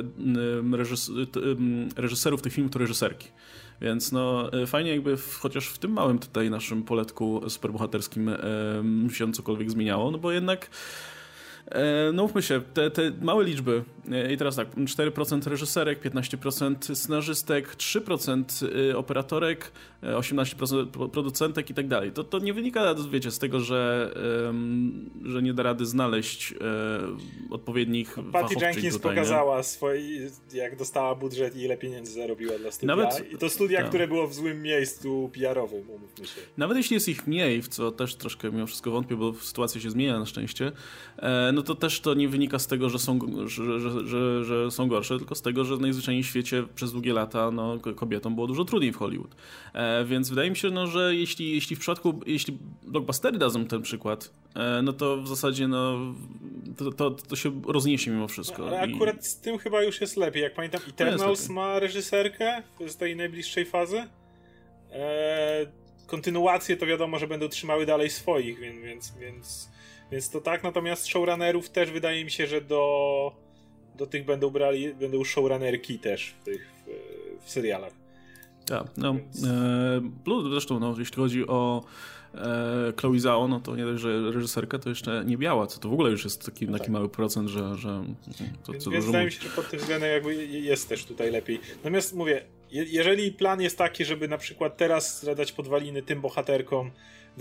reżyserów tych filmów to reżyserki. Więc no fajnie jakby chociaż w tym małym tutaj naszym poletku superbohaterskim się cokolwiek zmieniało, no bo jednak No mówmy się, te małe liczby i teraz tak, 4% reżyserek, 15% scenarzystek, 3% operatorek, 18% producentek i tak dalej. To nie wynika, wiecie, z tego, że nie da rady znaleźć odpowiednich Patty Jenkins tutaj, pokazała jak dostała budżet i ile pieniędzy zarobiła dla studia. I to studia, które było w złym miejscu PR-owym, umówmy się. Nawet jeśli jest ich mniej, w co też troszkę mimo wszystko wątpię, bo sytuacja się zmienia na szczęście, no to też to nie wynika z tego, że są gorsze, tylko z tego, że najzwyczajniej w świecie przez długie lata kobietom było dużo trudniej w Hollywood. Więc wydaje mi się, że jeśli blockbustery dadzą ten przykład, no to w zasadzie to się rozniesie mimo wszystko. Ale akurat z tym chyba już jest lepiej. Jak pamiętam, Eternals ma reżyserkę z tej najbliższej fazy. Kontynuacje to wiadomo, że będą trzymały dalej swoich, więc to tak. Natomiast showrunnerów też wydaje mi się, że do tych będą showrunnerki też w serialach. Tak, plus zresztą jeśli chodzi o Chloe Zhao, no to nie dość, że reżyserka, to jeszcze nie biała, co to w ogóle już jest taki mały procent, że to więc co wydaje mi się, że pod tym względem jakby jest też tutaj lepiej. Natomiast mówię, jeżeli plan jest taki, żeby na przykład teraz zadać podwaliny tym bohaterkom, w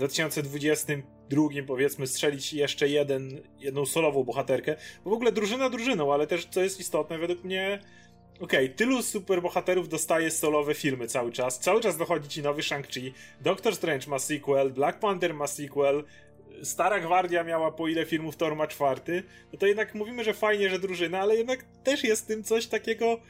2022 powiedzmy strzelić jeszcze jedną solową bohaterkę, bo w ogóle drużyna drużyną, ale też co jest istotne według mnie, tylu superbohaterów dostaje solowe filmy cały czas dochodzi ci nowy Shang-Chi, Doctor Strange ma sequel, Black Panther ma sequel, Stara Gwardia miała po ile filmów, Thor ma 4, no to jednak mówimy, że fajnie, że drużyna, ale jednak też jest w tym coś takiego.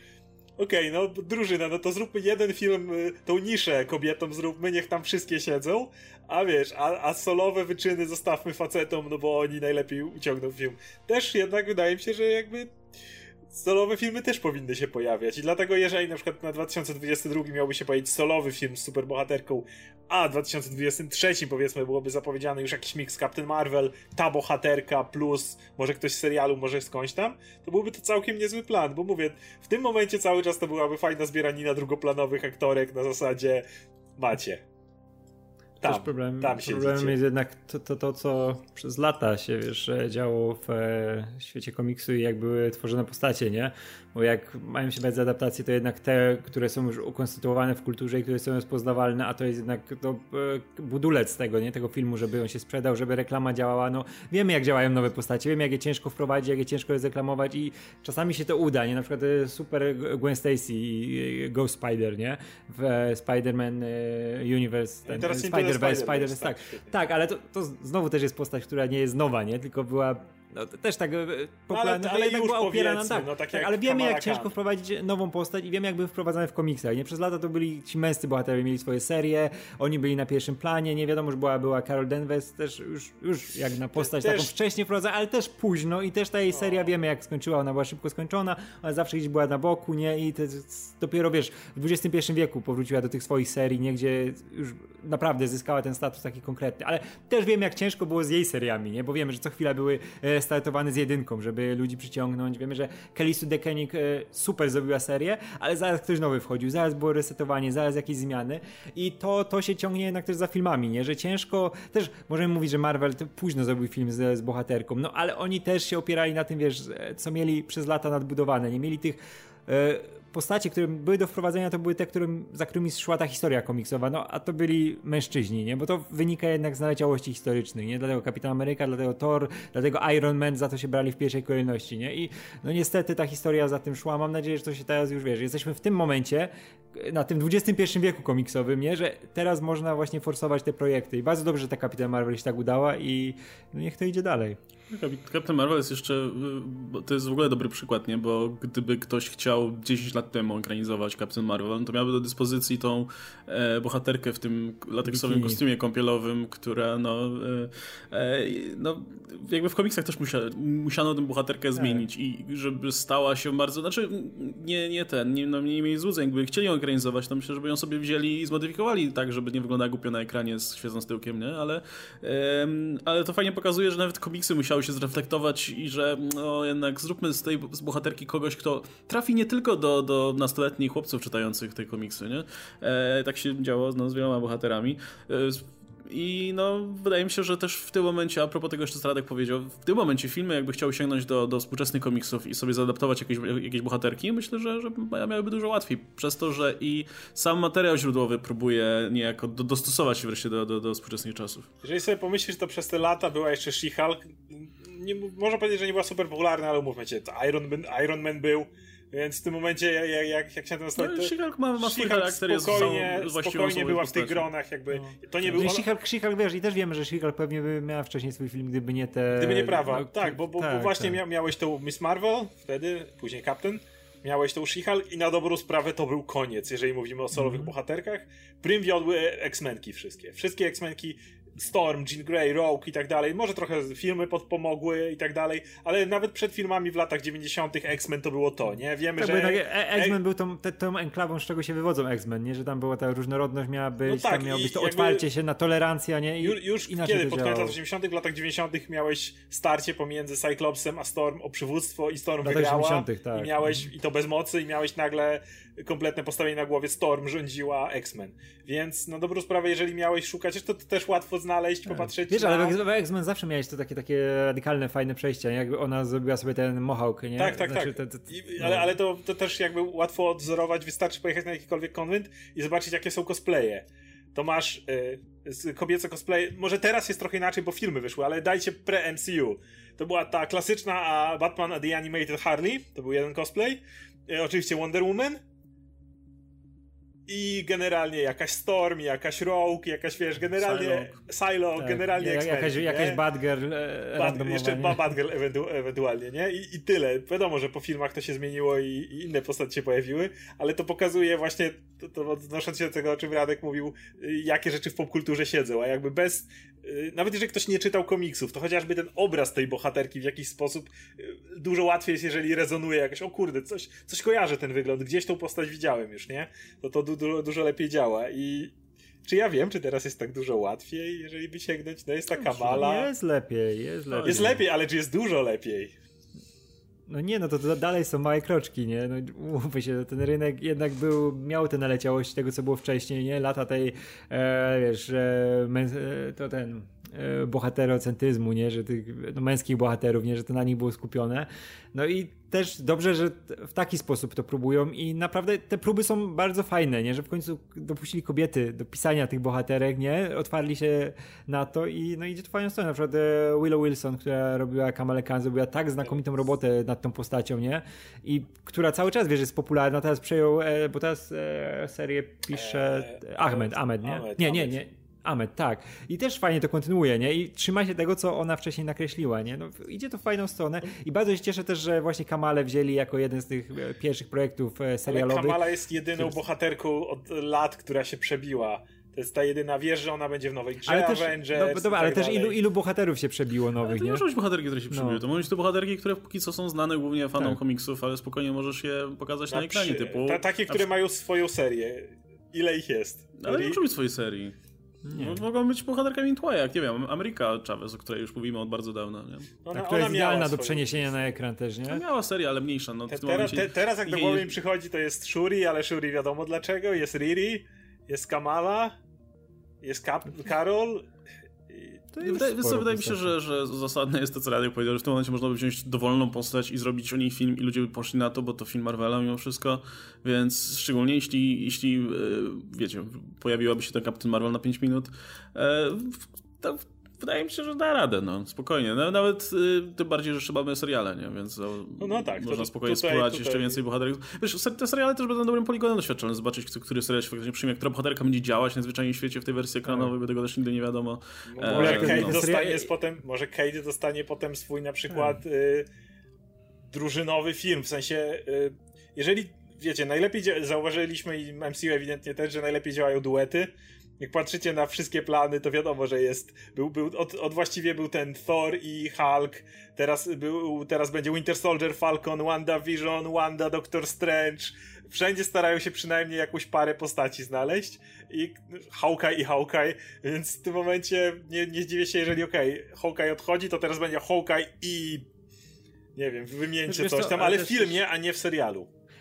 Drużyna, no to zróbmy jeden film, tą niszę kobietom zróbmy, niech tam wszystkie siedzą, a wiesz, a solowe wyczyny zostawmy facetom, no bo oni najlepiej uciągną film. Też jednak wydaje mi się, że jakby solowe filmy też powinny się pojawiać i dlatego jeżeli na przykład na 2022 miałby się pojawić solowy film z superbohaterką, a w 2023 powiedzmy byłoby zapowiedziany już jakiś mix Captain Marvel, ta bohaterka plus może ktoś z serialu, może skądś tam, to byłby to całkiem niezły plan, bo mówię, w tym momencie cały czas to byłaby fajna zbieranina drugoplanowych aktorek na zasadzie macie. Problemem jest jednak to, co przez lata się działo w świecie komiksu i jak były tworzone postacie, nie? Bo jak mają się dać adaptacje, to jednak te, które są już ukonstytuowane w kulturze i które są rozpoznawalne, a to jest jednak budulec tego, nie? Tego filmu, żeby on się sprzedał, żeby reklama działała. No, wiemy, jak działają nowe postacie, wiemy, jak je ciężko wprowadzić, jak je ciężko jest reklamować i czasami się to uda, nie? Na przykład super Gwen Stacy i Ghost Spider, nie? W Spider-Man Universe, Spider-Verse, tak. Tak, ale to znowu też jest postać, która nie jest nowa, nie? Tylko była też tak popularna, ale jednak była opierana ale wiemy, jak ciężko wprowadzić nową postać i wiemy, jak były wprowadzane w komiksach, nie? Przez lata to byli ci męscy bohaterowie, mieli swoje serie, oni byli na pierwszym planie, nie wiadomo, że była Carol Danvers też już jak na postać taką wcześniej wprowadzana, ale też późno i też ta jej seria, wiemy jak skończyła, ona była szybko skończona, ale zawsze gdzieś była na boku, nie? I dopiero, wiesz, w XXI wieku powróciła do tych swoich serii, nie? Gdzie już naprawdę zyskała ten status taki konkretny, ale też wiemy, jak ciężko było z jej seriami, nie? Bo wiemy, że co chwila były startowane z jedynką, żeby ludzi przyciągnąć. Wiemy, że Kelly Sue DeConnick super zrobiła serię, ale zaraz ktoś nowy wchodził, zaraz było resetowanie, zaraz jakieś zmiany i to się ciągnie jednak też za filmami, nie? Że ciężko, też możemy mówić, że Marvel późno zrobił film z bohaterką, no ale oni też się opierali na tym, wiesz, co mieli przez lata nadbudowane, nie mieli tych postacie, które były do wprowadzenia, to były te, za którymi szła ta historia komiksowa, no a to byli mężczyźni, nie? Bo to wynika jednak z naleciałości historycznych, nie? Dlatego Kapitan Ameryka, dlatego Thor, dlatego Iron Man za to się brali w pierwszej kolejności, nie? I no niestety ta historia za tym szła. Mam nadzieję, że to się teraz już, wiesz, jesteśmy w tym momencie, na tym XXI wieku komiksowym, nie? Że teraz można właśnie forsować te projekty i bardzo dobrze, że ta Kapitan Marvel się tak udała i no niech to idzie dalej. Captain Marvel jest jeszcze, to jest w ogóle dobry przykład, nie? Bo gdyby ktoś chciał 10 lat temu ekranizować Captain Marvel, to miałby do dyspozycji tą bohaterkę w tym lateksowym kostiumie kąpielowym, która jakby w komiksach też musiano tę bohaterkę zmienić i żeby stała się bardzo, znaczy nie mieli złudzeń, jakby chcieli ją ekranizować, to myślę, żeby ją sobie wzięli i zmodyfikowali tak, żeby nie wyglądała głupio na ekranie z świecąc tyłkiem, nie? Ale to fajnie pokazuje, że nawet komiksy musiały się zreflektować i że jednak zróbmy z bohaterki kogoś, kto trafi nie tylko do nastoletnich chłopców czytających te komiksy, nie? Tak się działo z wieloma bohaterami. I no, wydaje mi się, że też w tym momencie, a propos tego jeszcze co Radek powiedział, w tym momencie filmy jakby chciały sięgnąć do współczesnych komiksów i sobie zaadaptować jakieś bohaterki, myślę, że miałyby dużo łatwiej, przez to, że i sam materiał źródłowy próbuje niejako dostosować się wreszcie do współczesnych czasów. Jeżeli sobie pomyślisz, to przez te lata była jeszcze She-Hulk, można powiedzieć, że nie była super popularna, ale umówmy się, to Iron Man był, więc w tym momencie, jak się na ten stać, to She-Hulk ma swój charakter, spokojnie była w tych gronach, jakby, to nie był... She-Hulk, wiesz, i też wiemy, że She-Hulk pewnie by miała wcześniej swój film, gdyby nie prawa. Tak, bo właśnie miałeś tą Miss Marvel, wtedy, później Captain, miałeś tą She-Hulk i na dobrą sprawę to był koniec, jeżeli mówimy o solowych bohaterkach. Prym wiodły X-Menki wszystkie. Wszystkie X-Menki, Storm, Jean Grey, Rogue i tak dalej. Może trochę filmy podpomogły i tak dalej, ale nawet przed filmami w latach 90. X-Men to było to, nie? Wiemy, że... X-Men był tą enklawą, z czego się wywodzą X-Men, nie? Że tam była ta różnorodność, miała być, no tak, tam miało być to otwarcie się na tolerancję, nie? Już kiedy? Pod koniec lat 80., w latach 90. miałeś starcie pomiędzy Cyclopsem a Storm o przywództwo i Storm wygrała. Tak. I miałeś, i to bez mocy, i miałeś nagle kompletne postawienie na głowie, Storm rządziła X-Men. Więc na dobrą sprawę, jeżeli miałeś szukać, to też łatwo znaleźć, popatrzeć. Wiesz, ale w X-Men zawsze miałeś to takie radykalne, fajne przejście, jakby ona zrobiła sobie ten Mohawk, nie? Tak. Ale to też jakby łatwo odzorować, wystarczy pojechać na jakikolwiek konwent i zobaczyć, jakie są cosplaye. To masz kobiece cosplay, może teraz jest trochę inaczej, bo filmy wyszły, ale dajcie pre-MCU. To była ta klasyczna Batman The Animated Harley, to był jeden cosplay. Oczywiście Wonder Woman. I generalnie jakaś Storm, jakaś Rogue, jakaś, wiesz, generalnie Psylocke, tak, generalnie jakaś Batgirl jeszcze Batgirl ewentualnie, nie? I tyle. Wiadomo, że po filmach to się zmieniło i inne postacie się pojawiły, ale to pokazuje właśnie, to odnosząc się do tego, o czym Radek mówił, jakie rzeczy w popkulturze siedzą, a jakby bez... Nawet jeżeli ktoś nie czytał komiksów, to chociażby ten obraz tej bohaterki w jakiś sposób dużo łatwiej jest, jeżeli rezonuje jakoś, o kurde, coś kojarzę ten wygląd, gdzieś tą postać widziałem już, nie? To dużo lepiej działa i czy ja wiem, czy teraz jest tak dużo łatwiej, jeżeli by sięgnąć, no jest ta Kamala. Jest lepiej. Jest lepiej, ale czy jest dużo lepiej? No nie, no to dalej są małe kroczki, nie? No mówmy się, ten rynek jednak miał tę naleciałość tego, co było wcześniej, nie? Lata tej, bohaterocentryzmu, nie? Że tych męskich bohaterów, nie? Że to na nich było skupione. No i też dobrze, że w taki sposób to próbują i naprawdę te próby są bardzo fajne, nie? Że w końcu dopuścili kobiety do pisania tych bohaterek, nie? Otwarli się na to i no idzie to fajną stronę. Na przykład Willow Wilson, która robiła Kamalę Khan, zrobiła tak znakomitą robotę nad tą postacią, nie? I która cały czas, wiesz, jest popularna. Teraz przejął, bo teraz serię pisze Ahmed, nie? Nie. Ahmed, tak. I też fajnie to kontynuuje, nie? I trzyma się tego, co ona wcześniej nakreśliła, nie? No, idzie to w fajną stronę i bardzo się cieszę też, że właśnie Kamalę wzięli jako jeden z tych pierwszych projektów serialowych. Ale Kamala jest jedyną bohaterką od lat, która się przebiła. To jest ta jedyna, wiesz, że ona będzie w nowej grze Avengers. Ale też ilu bohaterów się przebiło nowych, ale to nie? To nie może być bohaterki, które się przebiły. To mogą być to bohaterki, które póki co są znane głównie fanom komiksów, ale spokojnie możesz je pokazać na ekranie typu... Takie, które mają swoją serię. Ile ich jest? Ale nie muszą być swojej serii. Mogą być bohaterkami Tła, jak nie wiem, Ameryka Chavez, o której już mówimy od bardzo dawna, nie? Która jest idealna do przeniesienia na ekran też, nie? To miała serię, ale mniejsza. No, teraz jak do głowy mi przychodzi, to jest Shuri, ale Shuri wiadomo dlaczego, jest Riri, jest Kamala, jest Carol. Wydaje mi się, że zasadne jest to, co Radek powiedział, że w tym momencie można by wziąć dowolną postać i zrobić o niej film i ludzie by poszli na to, bo to film Marvela mimo wszystko, więc szczególnie jeśli wiecie, pojawiłaby się ta Captain Marvel na 5 minut, to wydaje mi się, że da radę, no, spokojnie. No, nawet tym bardziej, że jeszcze mamy seriale, nie? Więc tak, można spokojnie spróbować jeszcze więcej bohaterów. Wiesz, te seriale też będą dobrym poligonem doświadczalnym, zobaczyć, który serial się faktycznie przyjmie, która bohaterka będzie działać na zwyczajnym świecie w tej wersji ekranowej, bo tego też nigdy nie wiadomo. Może Kate dostanie potem swój na przykład drużynowy film, w sensie jeżeli, wiecie, najlepiej zauważyliśmy i MCU ewidentnie też, że najlepiej działają duety. Jak patrzycie na wszystkie plany, to wiadomo, że właściwie był ten Thor i Hulk, teraz będzie Winter Soldier, Falcon, WandaVision, Wanda, Doctor Strange. Wszędzie starają się przynajmniej jakąś parę postaci znaleźć i Hawkeye, więc w tym momencie nie zdziwię się, jeżeli Hawkeye odchodzi, to teraz będzie Hawkeye i nie wiem, wymieńcie coś tam, ale w filmie, a nie w serialu.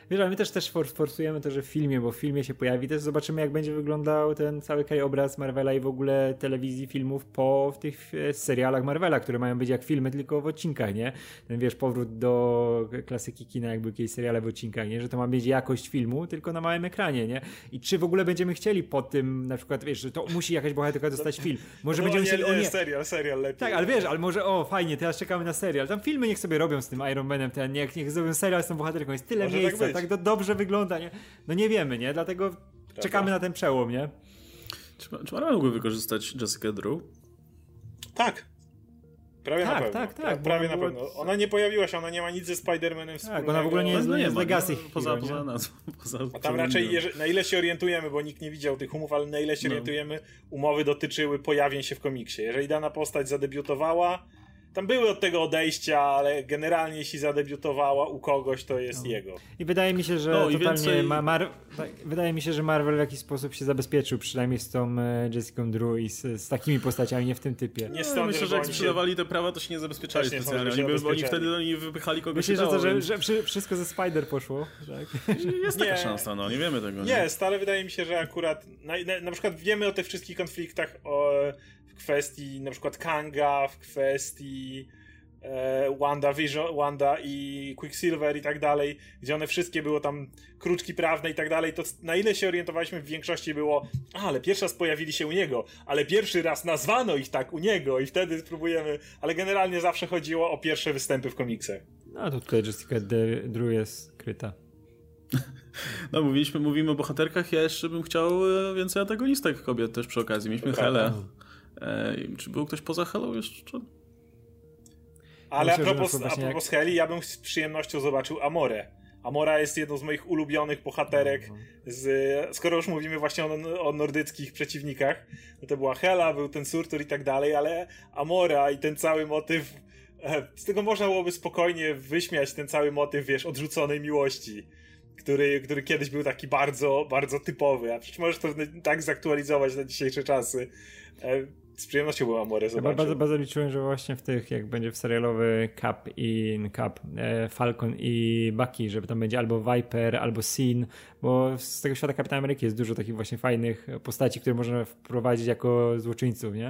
Wiesz, ale my też forsujemy to, że w filmie, bo w filmie się pojawi, też zobaczymy, jak będzie wyglądał ten cały krajobraz Marvela i w ogóle telewizji, filmów po tych serialach Marvela, które mają być jak filmy, tylko w odcinkach, nie? Ten, wiesz, powrót do klasyki kina, jakby jakieś seriale w odcinkach, nie? Że to ma być jakość filmu, tylko na małym ekranie, nie? I czy w ogóle będziemy chcieli po tym, na przykład, wiesz, że to musi jakaś bohaterka dostać film. Może będziemy chcieli, serial lepiej. Tak, ale wiesz, ale może, fajnie, teraz czekamy na serial. Tam filmy niech sobie robią z tym Iron Manem, niech zrobią serial z tą bohaterką. Jest tyle może miejsca, tak dobrze wygląda, nie? No nie wiemy, nie? Dlatego czekamy na ten przełom, nie? Czy Marvel mógłby wykorzystać Jessica Drew? Tak. Prawie na pewno. Tak. Prawie na pewno. Ona nie pojawiła się, ona nie ma nic ze Spider-Manem wspólnego. Tak, ona w ogóle nie jest Legacy. Poza a tam raczej, na ile się orientujemy, bo nikt nie widział tych umów, ale na ile się orientujemy, umowy dotyczyły pojawień się w komiksie. Jeżeli dana postać zadebiutowała, tam były od tego odejścia, ale generalnie jeśli zadebiutowała u kogoś, to jest jego. I wydaje mi się, że totalnie wydaje mi się, że Marvel w jakiś sposób się zabezpieczył, przynajmniej z tą Jessica Drew i z takimi postaciami, nie w tym typie. Nie sądzę, myślę, że jak sprzedawali te prawa, to się nie zabezpieczali specjalnie. Oni wtedy wypychali kogoś. Myślę, że wszystko ze Spider poszło. Tak? Jest taka szansa, nie wiemy tego. Jest, ale wydaje mi się, że akurat na przykład wiemy o tych wszystkich konfliktach w kwestii na przykład Kanga, w kwestii Wanda i Quicksilver i tak dalej, gdzie one wszystkie było tam kruczki prawne i tak dalej, to na ile się orientowaliśmy w większości było, ale pierwszy raz pojawili się u niego, ale pierwszy raz nazwano ich tak u niego i wtedy spróbujemy, ale generalnie zawsze chodziło o pierwsze występy w komiksach. No to tutaj Jessica Drew jest kryta. No mówimy o bohaterkach, ja jeszcze bym chciał więcej antagonistek kobiet też przy okazji. Mieliśmy Helę. Czy był ktoś poza Helą jeszcze? Ale myślę, a propos Heli, ja bym z przyjemnością zobaczył Amorę. Amora jest jedną z moich ulubionych bohaterek, skoro już mówimy właśnie o nordyckich przeciwnikach, no to była Hela, był ten Surtur i tak dalej, ale Amora i ten cały motyw, z tego można byłoby spokojnie wyśmiać ten cały motyw, wiesz, odrzuconej miłości, który kiedyś był taki bardzo, bardzo typowy, a przecież możesz to tak zaktualizować na dzisiejsze czasy. Z przyjemnością była Amorę zobaczył. Bardzo liczyłem, że właśnie w tych, jak będzie w serialowy Cap, Falcon i Bucky, żeby tam będzie albo Viper, albo Sin, bo z tego świata Kapitana Ameryki jest dużo takich właśnie fajnych postaci, które można wprowadzić jako złoczyńców, nie?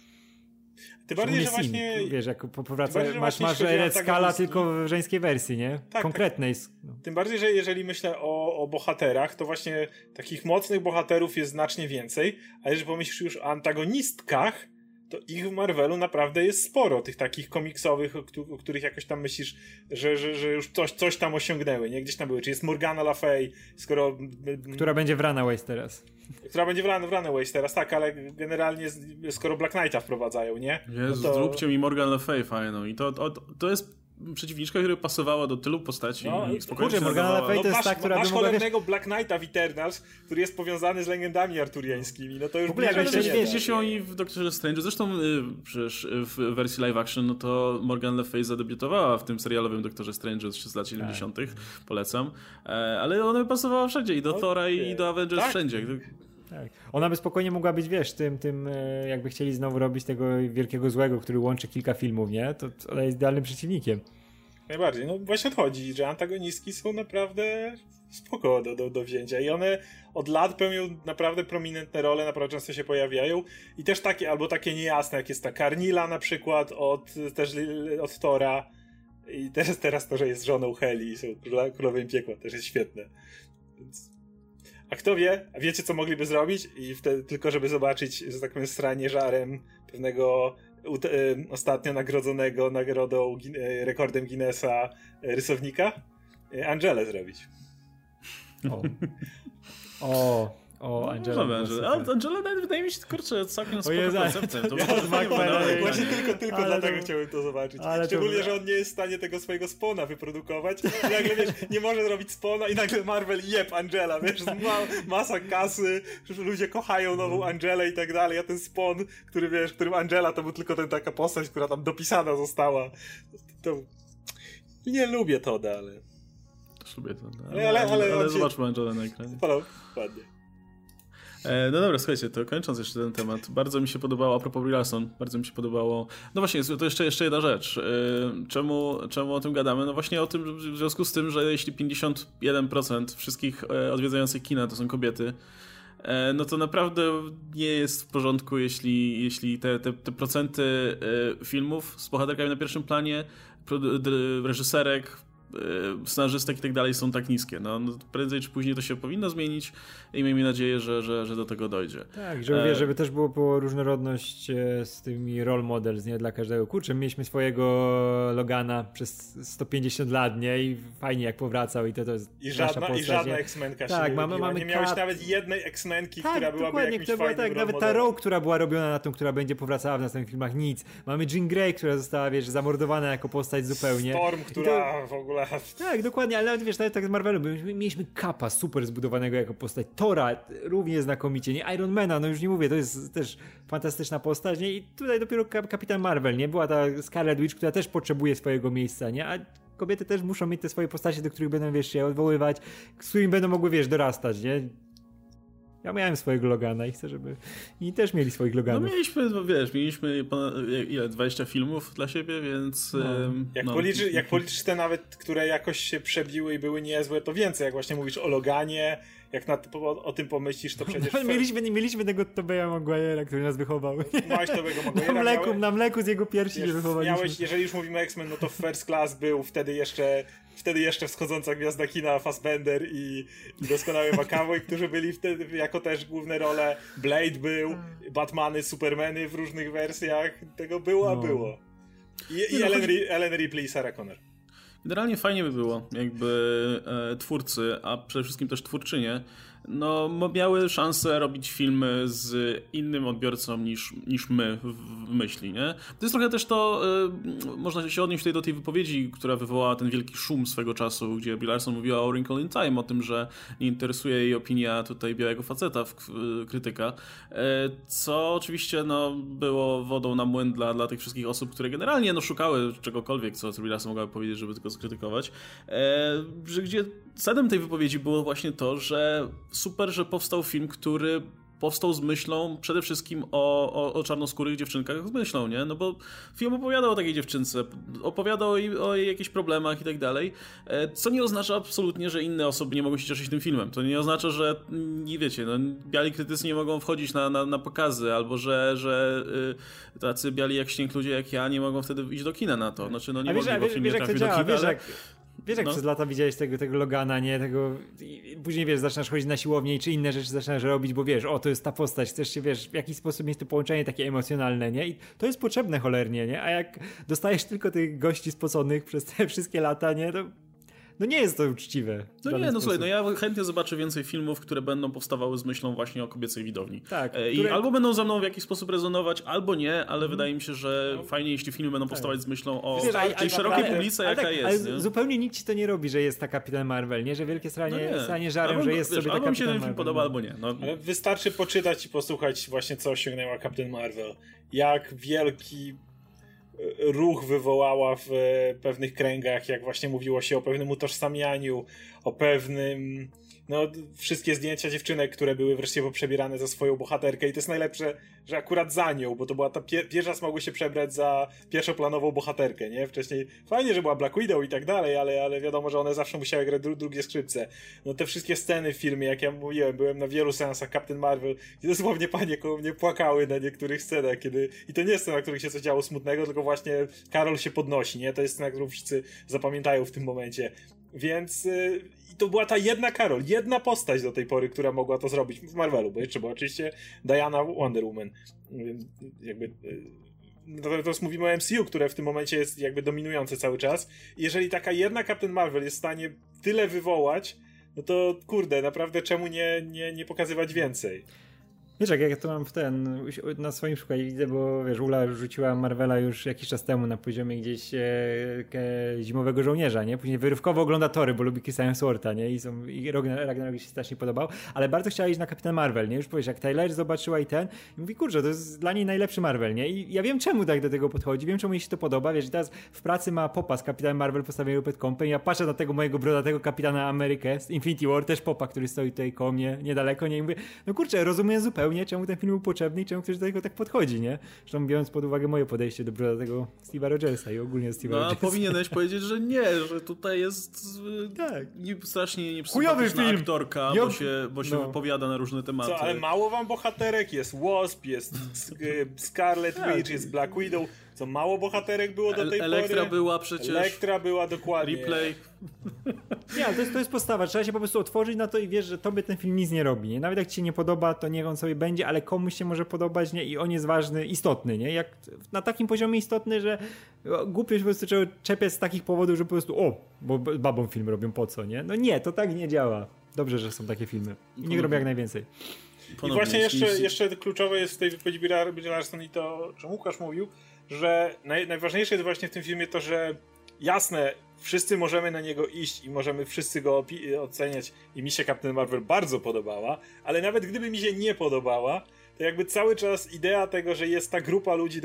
Tym bardziej, że właśnie... Wiesz, jak powraca, masz Red Scala tylko w żeńskiej wersji, nie? Tak, konkretnej. No. Tym bardziej, że jeżeli myślę o bohaterach, to właśnie takich mocnych bohaterów jest znacznie więcej, a jeżeli pomyślisz już o antagonistkach, to ich w Marvelu naprawdę jest sporo, tych takich komiksowych, o których jakoś tam myślisz, że już coś tam osiągnęły, nie? Gdzieś tam były. Czy jest Morgana Le Fay, skoro... Która będzie w Runaways teraz. Która będzie w Runaways teraz, tak, ale generalnie skoro Black Knighta wprowadzają, nie? Jezu, no to... zróbcie mi Morgan Le Fay fajną i to jest przeciwniczka, która pasowała do tylu postaci i spokojnie się Morgana Le Fay to jest ta, która masz cholernego Black Knighta w Eternals, który jest powiązany z legendami arturiańskimi, no to już... W ogóle jak wiecie ją i w Doktorze Strange, zresztą przecież w wersji live action, no to Morgan Le Fay zadebiutowała w tym serialowym Doktorze Strange z lat 70. Polecam, ale ona by pasowała wszędzie i do Thora i do Avengers wszędzie. Tak. Ona by spokojnie mogła być, wiesz, tym jakby chcieli znowu robić tego wielkiego złego, który łączy kilka filmów, nie? To ona jest idealnym przeciwnikiem. Najbardziej. No właśnie chodzi, że antagonistki są naprawdę spoko do wzięcia i one od lat pełnią naprawdę prominentne role, naprawdę często się pojawiają i też takie, albo takie niejasne, jak jest ta Karnila na przykład od Thora i teraz to, że jest żoną Heli i są królowiem piekła, też jest świetne. Więc... A kto wie, a wiecie co mogliby zrobić? I wtedy tylko żeby zobaczyć, że tak powiem, stranie żarem pewnego ostatnio nagrodzonego nagrodą, rekordem Guinnessa rysownika, Angelę zrobić. Angela. Angela nawet wydaje mi się, kurczę, całkiem spoko konceptem. Właśnie tylko dlatego chciałem to zobaczyć. Szczególnie, że on nie jest w stanie tego swojego spona wyprodukować. I nagle, wiesz, nie może zrobić spona i nagle Marvel Angela, wiesz, masa kasy, ludzie kochają nową Angelę i tak dalej, a ten spon, którym Angela to był tylko taka postać, która tam dopisana została. To... Nie lubię to, ale... Też lubię to, ale zobaczmy Angelę na ekranie. Ładnie. No dobra, słuchajcie, to kończąc jeszcze ten temat, bardzo mi się podobało, a propos Brie Larson, bardzo mi się podobało, no właśnie, to jeszcze jedna rzecz, czemu o tym gadamy? No właśnie o tym, w związku z tym, że jeśli 51% wszystkich odwiedzających kina to są kobiety, no to naprawdę nie jest w porządku, jeśli te procenty filmów z bohaterkami na pierwszym planie, reżyserek, scenarzystek i tak dalej są tak niskie. No, prędzej czy później to się powinno zmienić i miejmy nadzieję, że do tego dojdzie. Tak, żeby też było różnorodność z tymi role models, nie, dla każdego. Kurczę, mieliśmy swojego Logana przez 150 lat, nie, i fajnie jak powracał i to jest I żadna X-Menka się tak, nie mamy nie miałeś nawet jednej X-Menki, tak, która byłaby jakimś fajnym tak, nawet ta Rogue, która była robiona na tą, która będzie powracała w następnych filmach, nic. Mamy Jean Grey, która została, wiesz, zamordowana jako postać zupełnie. Storm, która w ogóle... Tak, dokładnie, ale wiesz, nawet tak z Marvelu, mieliśmy Capa super zbudowanego jako postać, Thora równie znakomicie, nie, Ironmana, no już nie mówię, to jest też fantastyczna postać, nie, i tutaj dopiero Kapitan Marvel, nie, była ta Scarlet Witch, która też potrzebuje swojego miejsca, nie, a kobiety też muszą mieć te swoje postacie, do których będą, wiesz, się odwoływać, z którymi będą mogły, wiesz, dorastać, nie. Ja miałem swojego Logana i chcę, żeby inni też mieli swoich Loganów. No mieliśmy ile, 20 filmów dla siebie, więc... Jak policzysz te nawet, które jakoś się przebiły i były niezłe, to więcej, jak właśnie mówisz o Loganie, jak o tym pomyślisz, to przecież... Mieliśmy tego Tobeya Maguire'a, który nas wychował. Miałeś Tobe'ego Maguire'a. Na mleku z jego piersi nie wychowaliśmy. Jeżeli już mówimy X-Men, no to w First Class był wtedy jeszcze wschodząca gwiazda kina Fassbender i doskonały McAvoy, którzy byli wtedy jako też główne role. Blade był, Batmany, Supermany w różnych wersjach. Tego było, a było. I Ellen Ripley i Sarah Connor. Generalnie fajnie by było, jakby twórcy, a przede wszystkim też twórczynie, no miały szansę robić filmy z innym odbiorcą niż my w myśli, nie? To jest trochę też to, można się odnieść tutaj do tej wypowiedzi, która wywołała ten wielki szum swego czasu, gdzie Brie Larson mówiła o Wrinkle in Time, o tym, że nie interesuje jej opinia tutaj białego faceta, krytyka, co oczywiście no, było wodą na młyn dla tych wszystkich osób, które generalnie no, szukały czegokolwiek, co Brie Larson mogła powiedzieć, żeby tylko skrytykować, że gdzie sedem tej wypowiedzi było właśnie to, że super, że powstał film, który powstał z myślą przede wszystkim o czarnoskórych dziewczynkach z myślą, nie? No bo film opowiadał o takiej dziewczynce, opowiadał o jej jakichś problemach i tak dalej, co nie oznacza absolutnie, że inne osoby nie mogą się cieszyć tym filmem. To nie oznacza, że nie wiecie, no, biali krytycy nie mogą wchodzić na pokazy, albo że tacy biali jak śnieg ludzie jak ja nie mogą wtedy iść do kina na to. Znaczy, no nie mogli, bo film nie trafił do kina, Wiesz, jak przez lata widziałeś tego Logana, nie? I później, wiesz, zaczynasz chodzić na siłownię czy inne rzeczy zaczynasz robić, bo wiesz, to jest ta postać, chcesz się, wiesz, w jakiś sposób mieć to połączenie takie emocjonalne, nie? I to jest potrzebne cholernie, nie? A jak dostajesz tylko tych gości spoconych przez te wszystkie lata, nie? To no nie jest to uczciwe. No nie, no słuchaj, no ja chętnie zobaczę więcej filmów, które będą powstawały z myślą właśnie o kobiecej widowni. Tak. I albo będą ze mną w jakiś sposób rezonować, albo nie, ale wydaje mi się, że fajnie, jeśli filmy będą powstawać z myślą o tej szerokiej publice, jaka jest. Ale zupełnie nikt ci to nie robi, że jest ta Kapitan Marvel, nie? Że wielkie stranie żarem, albo, że jest sobie ta Kapitan Marvel. Albo mi się ten film Marvel, podoba, albo nie. No. Ale wystarczy poczytać i posłuchać właśnie, co osiągnęła Captain Marvel. Jak wielki ruch wywołała w pewnych kręgach, jak właśnie mówiło się o pewnym utożsamianiu, o pewnym... No, wszystkie zdjęcia dziewczynek, które były wreszcie poprzebierane za swoją bohaterkę i to jest najlepsze, że akurat za nią, bo to była ta pierwsza raz mogły się przebrać za pierwszoplanową bohaterkę, nie? Wcześniej fajnie, że była Black Widow i tak dalej, ale wiadomo, że one zawsze musiały grać drugie skrzypce. No te wszystkie sceny w filmie, jak ja mówiłem, byłem na wielu seansach Captain Marvel i dosłownie panie koło mnie płakały na niektórych scenach, i to nie jest scena, na których się coś działo smutnego, tylko właśnie Carol się podnosi, nie? To jest scena, którą wszyscy zapamiętają w tym momencie. Więc i to była ta jedna Carol, jedna postać do tej pory, która mogła to zrobić w Marvelu, bo jeszcze była oczywiście Diana Wonder Woman. Jakby teraz mówimy o MCU, które w tym momencie jest jakby dominujące cały czas. I jeżeli taka jedna Captain Marvel jest w stanie tyle wywołać, no to kurde, naprawdę czemu nie pokazywać więcej? Wiesz, jak ja to mam na swoim szukaniu widzę, bo wiesz, Ula rzuciła Marvela już jakiś czas temu na poziomie gdzieś Zimowego Żołnierza, nie? Później wyrywkowo ogląda Tory, bo lubi Chris Hemswortha, nie? I Ragnarok się strasznie podobał, ale bardzo chciała iść na Kapitan Marvel, nie? Już powiesz, jak Taylor zobaczyła i mówi, kurczę, to jest dla niej najlepszy Marvel, nie? I ja wiem, czemu tak do tego podchodzi, wiem, czemu jej się to podoba, wiesz, i teraz w pracy ma popas Kapitan Marvel postawiony Rupert Company, ja patrzę na tego mojego brodatego Kapitana Amerykę z Infinity War, też popa, który stoi tutaj koło mnie, niedaleko, nie? I mówię, no kurczę, rozumiem zupełnie, czemu ten film był potrzebny i czemu ktoś do tego tak podchodzi, nie? Zresztą biorąc pod uwagę moje podejście do brodatego Steve'a Rogersa i ogólnie Steve'a Rogersa. A powinieneś powiedzieć, że nie, że tutaj jest tak. strasznie nieprzysympatyczna aktorka, bo się wypowiada na różne tematy. Co, ale mało wam bohaterek? Jest Wasp, jest Scarlet Witch, jest Black Widow. Co, mało bohaterek było do tej Elektra pory? była przecież. Elektra była, dokładnie. Replay. Nie, ale to jest postawa. Trzeba się po prostu otworzyć na to i wiesz, że tobie ten film nic nie robi. Nie? Nawet jak ci się nie podoba, to niech on sobie będzie, ale komuś się może podobać, nie? I on jest ważny, istotny, nie? Jak na takim poziomie istotny, że głupio się po prostu trzeba czepiać z takich powodów, że po prostu bo babą film robią, po co, nie? No nie, to tak nie działa. Dobrze, że są takie filmy. I niech robią jak najwięcej. I właśnie jeszcze kluczowe jest w tej wypowiedzi Brie Larson i to, czym Łukasz mówił, że najważniejsze jest właśnie w tym filmie to, że jasne, wszyscy możemy na niego iść i możemy wszyscy go oceniać i mi się Captain Marvel bardzo podobała, ale nawet gdyby mi się nie podobała, to jakby cały czas idea tego, że jest ta grupa ludzi,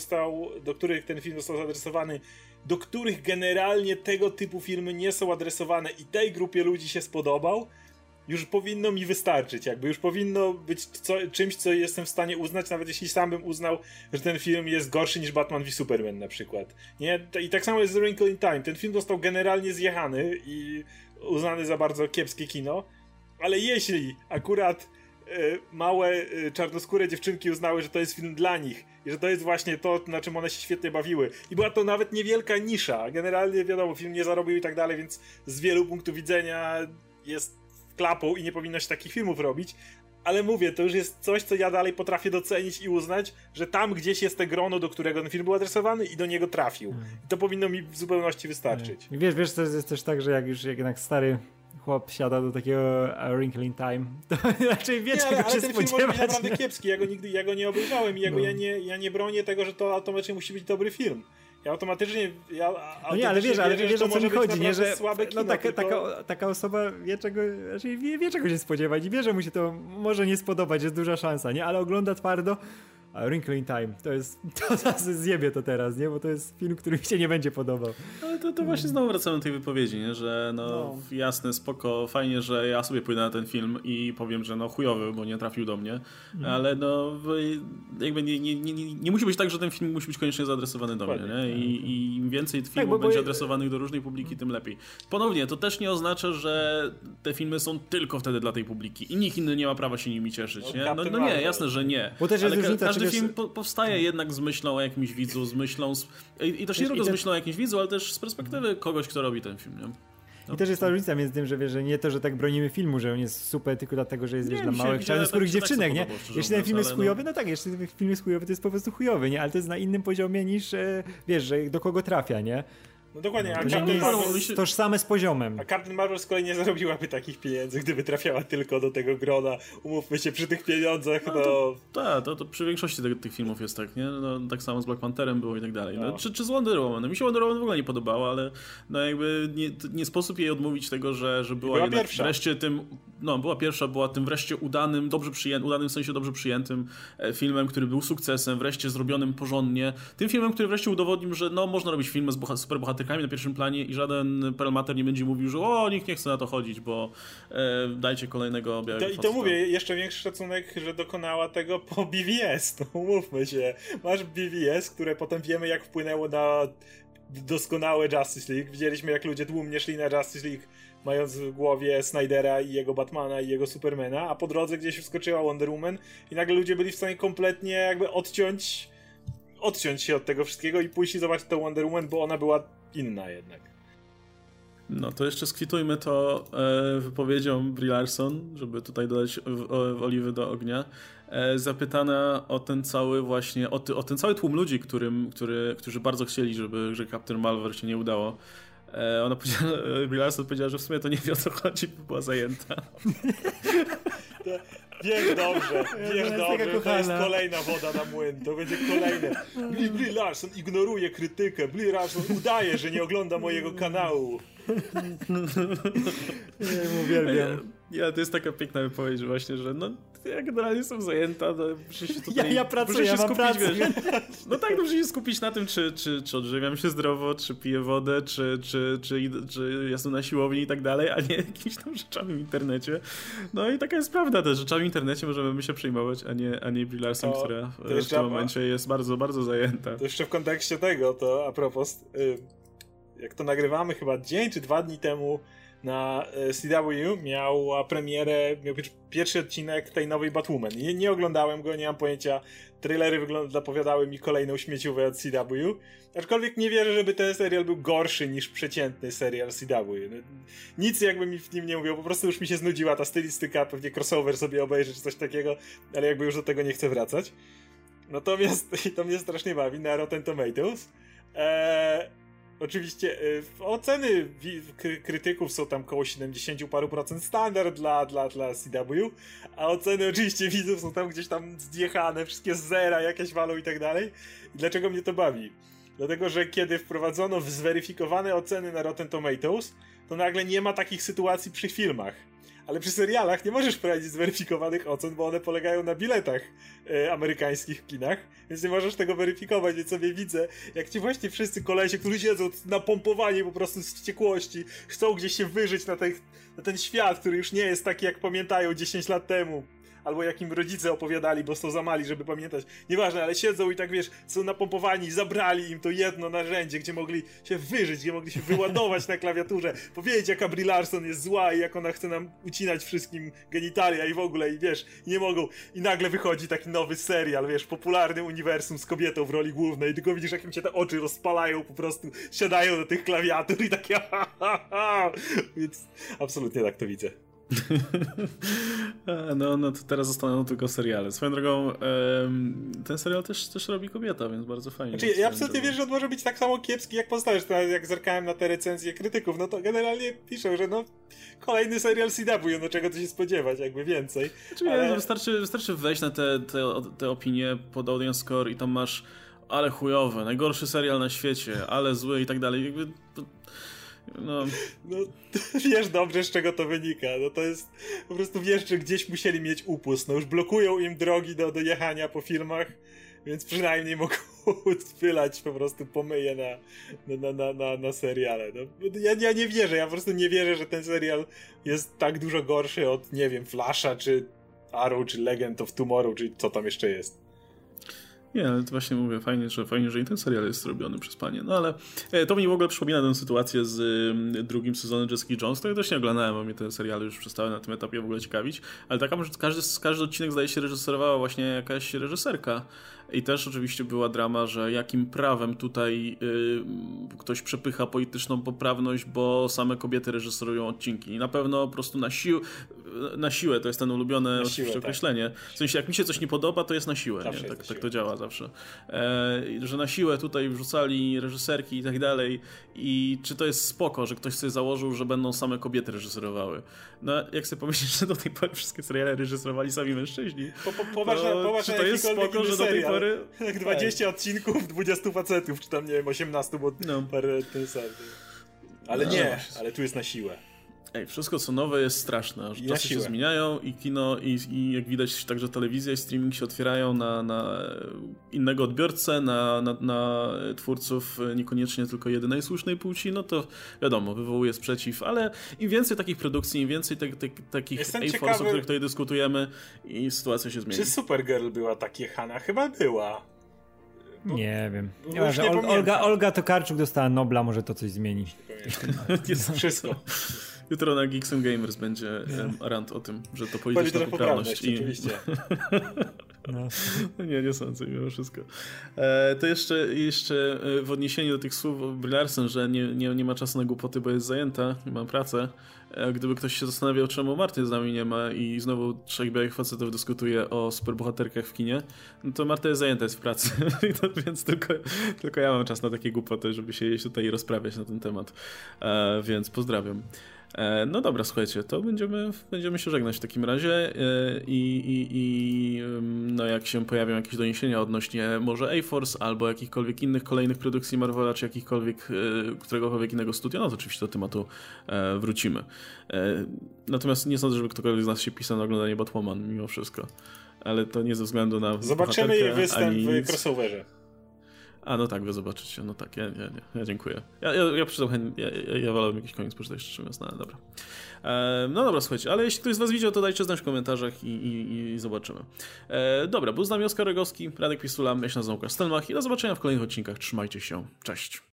do których ten film został zaadresowany, do których generalnie tego typu filmy nie są adresowane i tej grupie ludzi się spodobał, już powinno mi wystarczyć, jakby już powinno być czymś, co jestem w stanie uznać, nawet jeśli sam bym uznał, że ten film jest gorszy niż Batman v Superman na przykład. Nie? I tak samo jest z Wrinkle in Time. Ten film został generalnie zjechany i uznany za bardzo kiepskie kino, ale jeśli akurat małe czarnoskóre dziewczynki uznały, że to jest film dla nich i że to jest właśnie to, na czym one się świetnie bawiły. I była to nawet niewielka nisza. Generalnie wiadomo, film nie zarobił i tak dalej, więc z wielu punktów widzenia jest klapą i nie powinno się takich filmów robić, ale mówię, to już jest coś, co ja dalej potrafię docenić i uznać, że tam gdzieś jest te grono, do którego ten film był adresowany i do niego trafił. I to powinno mi w zupełności wystarczyć. Wiesz, to jest też tak, że jak już jednak stary chłop siada do takiego Wrinkle in Time, to raczej wie, czego się ten spodziewać. film może być naprawdę kiepski, ja go nie obejrzałem i ja nie bronię tego, że to automatycznie musi być dobry film. Ja automatycznie no nie, ale wiesz o co mi chodzi, nie, że słabe kino, taka osoba wie czego się spodziewać i wie, że mu się to może nie spodobać, jest duża szansa, nie, ale ogląda twardo A Wrinkle in Time, to zjebie to teraz, nie? Bo to jest film, który mi się nie będzie podobał. Ale to właśnie znowu wracamy do tej wypowiedzi, nie? Że jasne, spoko, fajnie, że ja sobie pójdę na ten film i powiem, że chujowy, bo nie trafił do mnie, ale jakby nie musi być tak, że ten film musi być koniecznie zaadresowany do mnie, nie? I im więcej filmów będzie adresowanych do różnej publiki, tym lepiej. Ponownie, to też nie oznacza, że te filmy są tylko wtedy dla tej publiki i nikt inny nie ma prawa się nimi cieszyć, nie? No nie, jasne, że nie. Bo też jest różnica, każdy film powstaje jednak z myślą o jakimś widzu, z myślą i też nie tylko z myślą o jakimś widzu, ale też z perspektywy kogoś, kto robi ten film, nie? I też jest ta różnica między tym, że nie to, że tak bronimy filmu, że on jest super tylko dlatego, że jest dla małych czarnoskórych dziewczynek, nie? Jeśli ten film jest chujowy, no tak, jeśli ten film jest chujowy, to jest po prostu chujowy, nie? Ale to jest na innym poziomie niż, wiesz, że do kogo trafia, nie? No dokładnie, a Captain Marvel jest tożsame z poziomem. A Captain Marvel z kolei nie zarobiłaby takich pieniędzy, gdyby trafiała tylko do tego grona. Umówmy się, przy tych pieniądzach, to przy większości tych filmów jest tak, nie? No, tak samo z Black Pantherem było i tak dalej. No, czy z Wonder Woman? No, mi się Wonder Woman w ogóle nie podobała, ale jakby nie sposób jej odmówić tego, że była jednak wreszcie tym... No, była pierwsza, była tym wreszcie udanym, udanym w sensie dobrze przyjętym filmem, który był sukcesem, wreszcie zrobionym porządnie. Tym filmem, który wreszcie udowodnił, że można robić filmy z superbohaterkami na pierwszym planie i żaden Perlmatter nie będzie mówił, że nikt nie chce na to chodzić, bo dajcie kolejnego białego faceta. I to mówię, jeszcze większy szacunek, że dokonała tego po BVS. No umówmy się. Masz BVS, które potem wiemy, jak wpłynęło na doskonałe Justice League. Widzieliśmy, jak ludzie tłumnie szli na Justice League, mając w głowie Snydera i jego Batmana i jego Supermana, a po drodze gdzieś wskoczyła Wonder Woman i nagle ludzie byli w stanie kompletnie jakby odciąć się od tego wszystkiego i pójść i zobaczyć tę Wonder Woman, bo ona była inna jednak. No to jeszcze skwitujmy to wypowiedzią Brie Larson, żeby tutaj dodać oliwy do ognia. Zapytana o ten cały właśnie, o ten cały tłum ludzi, którzy bardzo chcieli, że Captain Marvel się nie udało. Brie Larson powiedziała, że w sumie to nie wie, o co chodzi, bo była zajęta. Wiesz dobrze, to jest kolejna woda na młyn, to będzie kolejne. Brie Larson ignoruje krytykę, Brie Larson udaje, że nie ogląda mojego kanału. Ja uwielbiam. To jest taka piękna wypowiedź, że właśnie, że no ja generalnie jestem zajęta, no muszę się tutaj... Ja pracuję, ja mam pracę. No tak, no muszę się skupić na tym, czy odżywiam się zdrowo, czy piję wodę, czy jestem na siłowni i tak dalej, a nie jakimiś tam rzeczami w internecie. No i taka jest prawda, te rzeczami w internecie możemy my się przejmować, a nie Brie Larson, która w tym momencie jest bardzo, bardzo zajęta. To jeszcze w kontekście tego, to a propos, jak to nagrywamy chyba dzień czy 2 dni temu, na CW miał pierwszy odcinek tej nowej Batwoman. Nie oglądałem go, nie mam pojęcia. Trailery zapowiadały mi kolejną śmieciówę od CW. Aczkolwiek nie wierzę, żeby ten serial był gorszy niż przeciętny serial CW. No, nic jakby mi w nim nie mówił, po prostu już mi się znudziła ta stylistyka, pewnie crossover sobie obejrzeć czy coś takiego, ale jakby już do tego nie chcę wracać. Natomiast to mnie strasznie bawi na Rotten Tomatoes. Oczywiście oceny krytyków są tam koło 70 paru procent standard dla CW, a oceny oczywiście widzów są tam gdzieś tam zjechane, wszystkie zera, jakieś walą i tak dalej. I dlaczego mnie to bawi? Dlatego, że kiedy wprowadzono zweryfikowane oceny na Rotten Tomatoes, to nagle nie ma takich sytuacji przy filmach. Ale przy serialach nie możesz wprowadzić zweryfikowanych ocen, bo one polegają na biletach amerykańskich w kinach, więc nie możesz tego weryfikować, więc sobie widzę, jak ci właśnie wszyscy kolesie, którzy siedzą napompowani po prostu z wściekłości, chcą gdzieś się wyżyć na ten świat, który już nie jest taki, jak pamiętają 10 lat temu. Albo jak im rodzice opowiadali, bo są za mali, żeby pamiętać. Nieważne, ale siedzą i tak wiesz, są napompowani, zabrali im to jedno narzędzie, gdzie mogli się wyżyć, gdzie mogli się wyładować na klawiaturze, powiedzieć jaka Brie Larson jest zła i jak ona chce nam ucinać wszystkim genitalia i w ogóle, i wiesz, nie mogą. I nagle wychodzi taki nowy serial, wiesz, popularny uniwersum z kobietą w roli głównej i tylko widzisz, jak im się te oczy rozpalają, po prostu siadają do tych klawiatur i takie Więc absolutnie tak to widzę. No to teraz zostaną tylko seriale. Swoją drogą ten serial też robi kobieta, więc bardzo fajnie. Znaczy, ja absolutnie wierzę, że on może być tak samo kiepski jak pozostałe. Jak zerkałem na te recenzje krytyków, no to generalnie piszą, że no kolejny serial CW, no czego tu się spodziewać, jakby więcej. Znaczy, ale... wystarczy wejść na te opinie pod audience score i tam masz ale chujowe, najgorszy serial na świecie, ale zły i tak dalej. Jakby no wiesz dobrze, z czego to wynika. No to jest po prostu, wiesz, że gdzieś musieli mieć upust. No już blokują im drogi do jechania po filmach, więc przynajmniej mogą wylać po prostu pomyje na seriale. No, ja nie wierzę, ja po prostu nie wierzę, że ten serial jest tak dużo gorszy od, nie wiem, Flasha, czy Arrow, czy Legend of Tomorrow, czy co tam jeszcze jest. Nie, ale to właśnie mówię, fajnie, że i ten serial jest zrobiony przez panie. No ale to mi w ogóle przypomina tę sytuację z drugim sezonem Jessica Jones, którego też nie oglądałem, bo mnie te seriale już przestały na tym etapie w ogóle ciekawić, ale taka, że każdy odcinek, zdaje się, reżyserowała właśnie jakaś reżyserka. I też oczywiście była drama, że jakim prawem tutaj ktoś przepycha polityczną poprawność, bo same kobiety reżyserują odcinki. I na pewno po prostu na siłę, to jest ten ulubione oczywiście określenie. W sensie, jak mi się coś nie podoba, to jest na siłę. Nie? Tak to działa zawsze. Że na siłę tutaj wrzucali reżyserki i tak dalej. I czy to jest spoko, że ktoś sobie założył, że będą same kobiety reżyserowały. No, jak sobie pomyślisz, że do tej pory wszystkie seriale reżyserowali sami mężczyźni, czy to jest spoko, że do tej pory... Jak 20 odcinków, 20 facetów, czy tam, nie wiem, 18, bo parę ten sam. Ale nie, ale tu jest na siłę. Wszystko co nowe jest straszne, że czasy się zmieniają i kino i jak widać także telewizja i streaming się otwierają na innego odbiorcę, na twórców niekoniecznie tylko jedynej słusznej płci, no to wiadomo, wywołuje sprzeciw, ale im więcej takich produkcji, im więcej takich A-Force, o których tutaj dyskutujemy i sytuacja się zmieni. Czy Supergirl była tak jechana? Chyba była. Nie wiem. Olga Tokarczuk dostała Nobla, może to coś zmieni. Jest wszystko. Jutro na Geeks and Gamers będzie rant o tym, że to polityczna poprawność. Oczywiście. Nie sądzę mimo wszystko. To jeszcze w odniesieniu do tych słów Brie Larson, że nie ma czasu na głupoty, bo jest zajęta, ma pracę. Gdyby ktoś się zastanawiał, czemu Marty z nami nie ma i znowu 3 białych facetów dyskutuje o superbohaterkach w kinie, no to Marta jest zajęta, jest w pracy, więc tylko ja mam czas na takie głupoty, żeby się tutaj rozprawiać na ten temat. Więc pozdrawiam. No dobra, słuchajcie, to będziemy się żegnać w takim razie no jak się pojawią jakieś doniesienia odnośnie może A-Force albo jakichkolwiek innych kolejnych produkcji Marvela, czy któregokolwiek innego studia, no to oczywiście do tematu wrócimy. Natomiast nie sądzę, żeby ktokolwiek z nas się pisał na oglądanie Batwoman mimo wszystko. Ale to nie ze względu na zobaczymy jej występ w crossoverze. A, no tak, wy zobaczycie. No tak, ja dziękuję. Ja przeczytam, ja wolałbym jakiś komiks poczytać, szczerze mówiąc, no dobra. No dobra, słuchajcie, ale jeśli ktoś z was widział, to dajcie znać w komentarzach i zobaczymy. Dobra, był z nami Oskar Rogowski, Radek Pisula, ja się nazywam Łukasz Stelmach i do zobaczenia w kolejnych odcinkach. Trzymajcie się, cześć.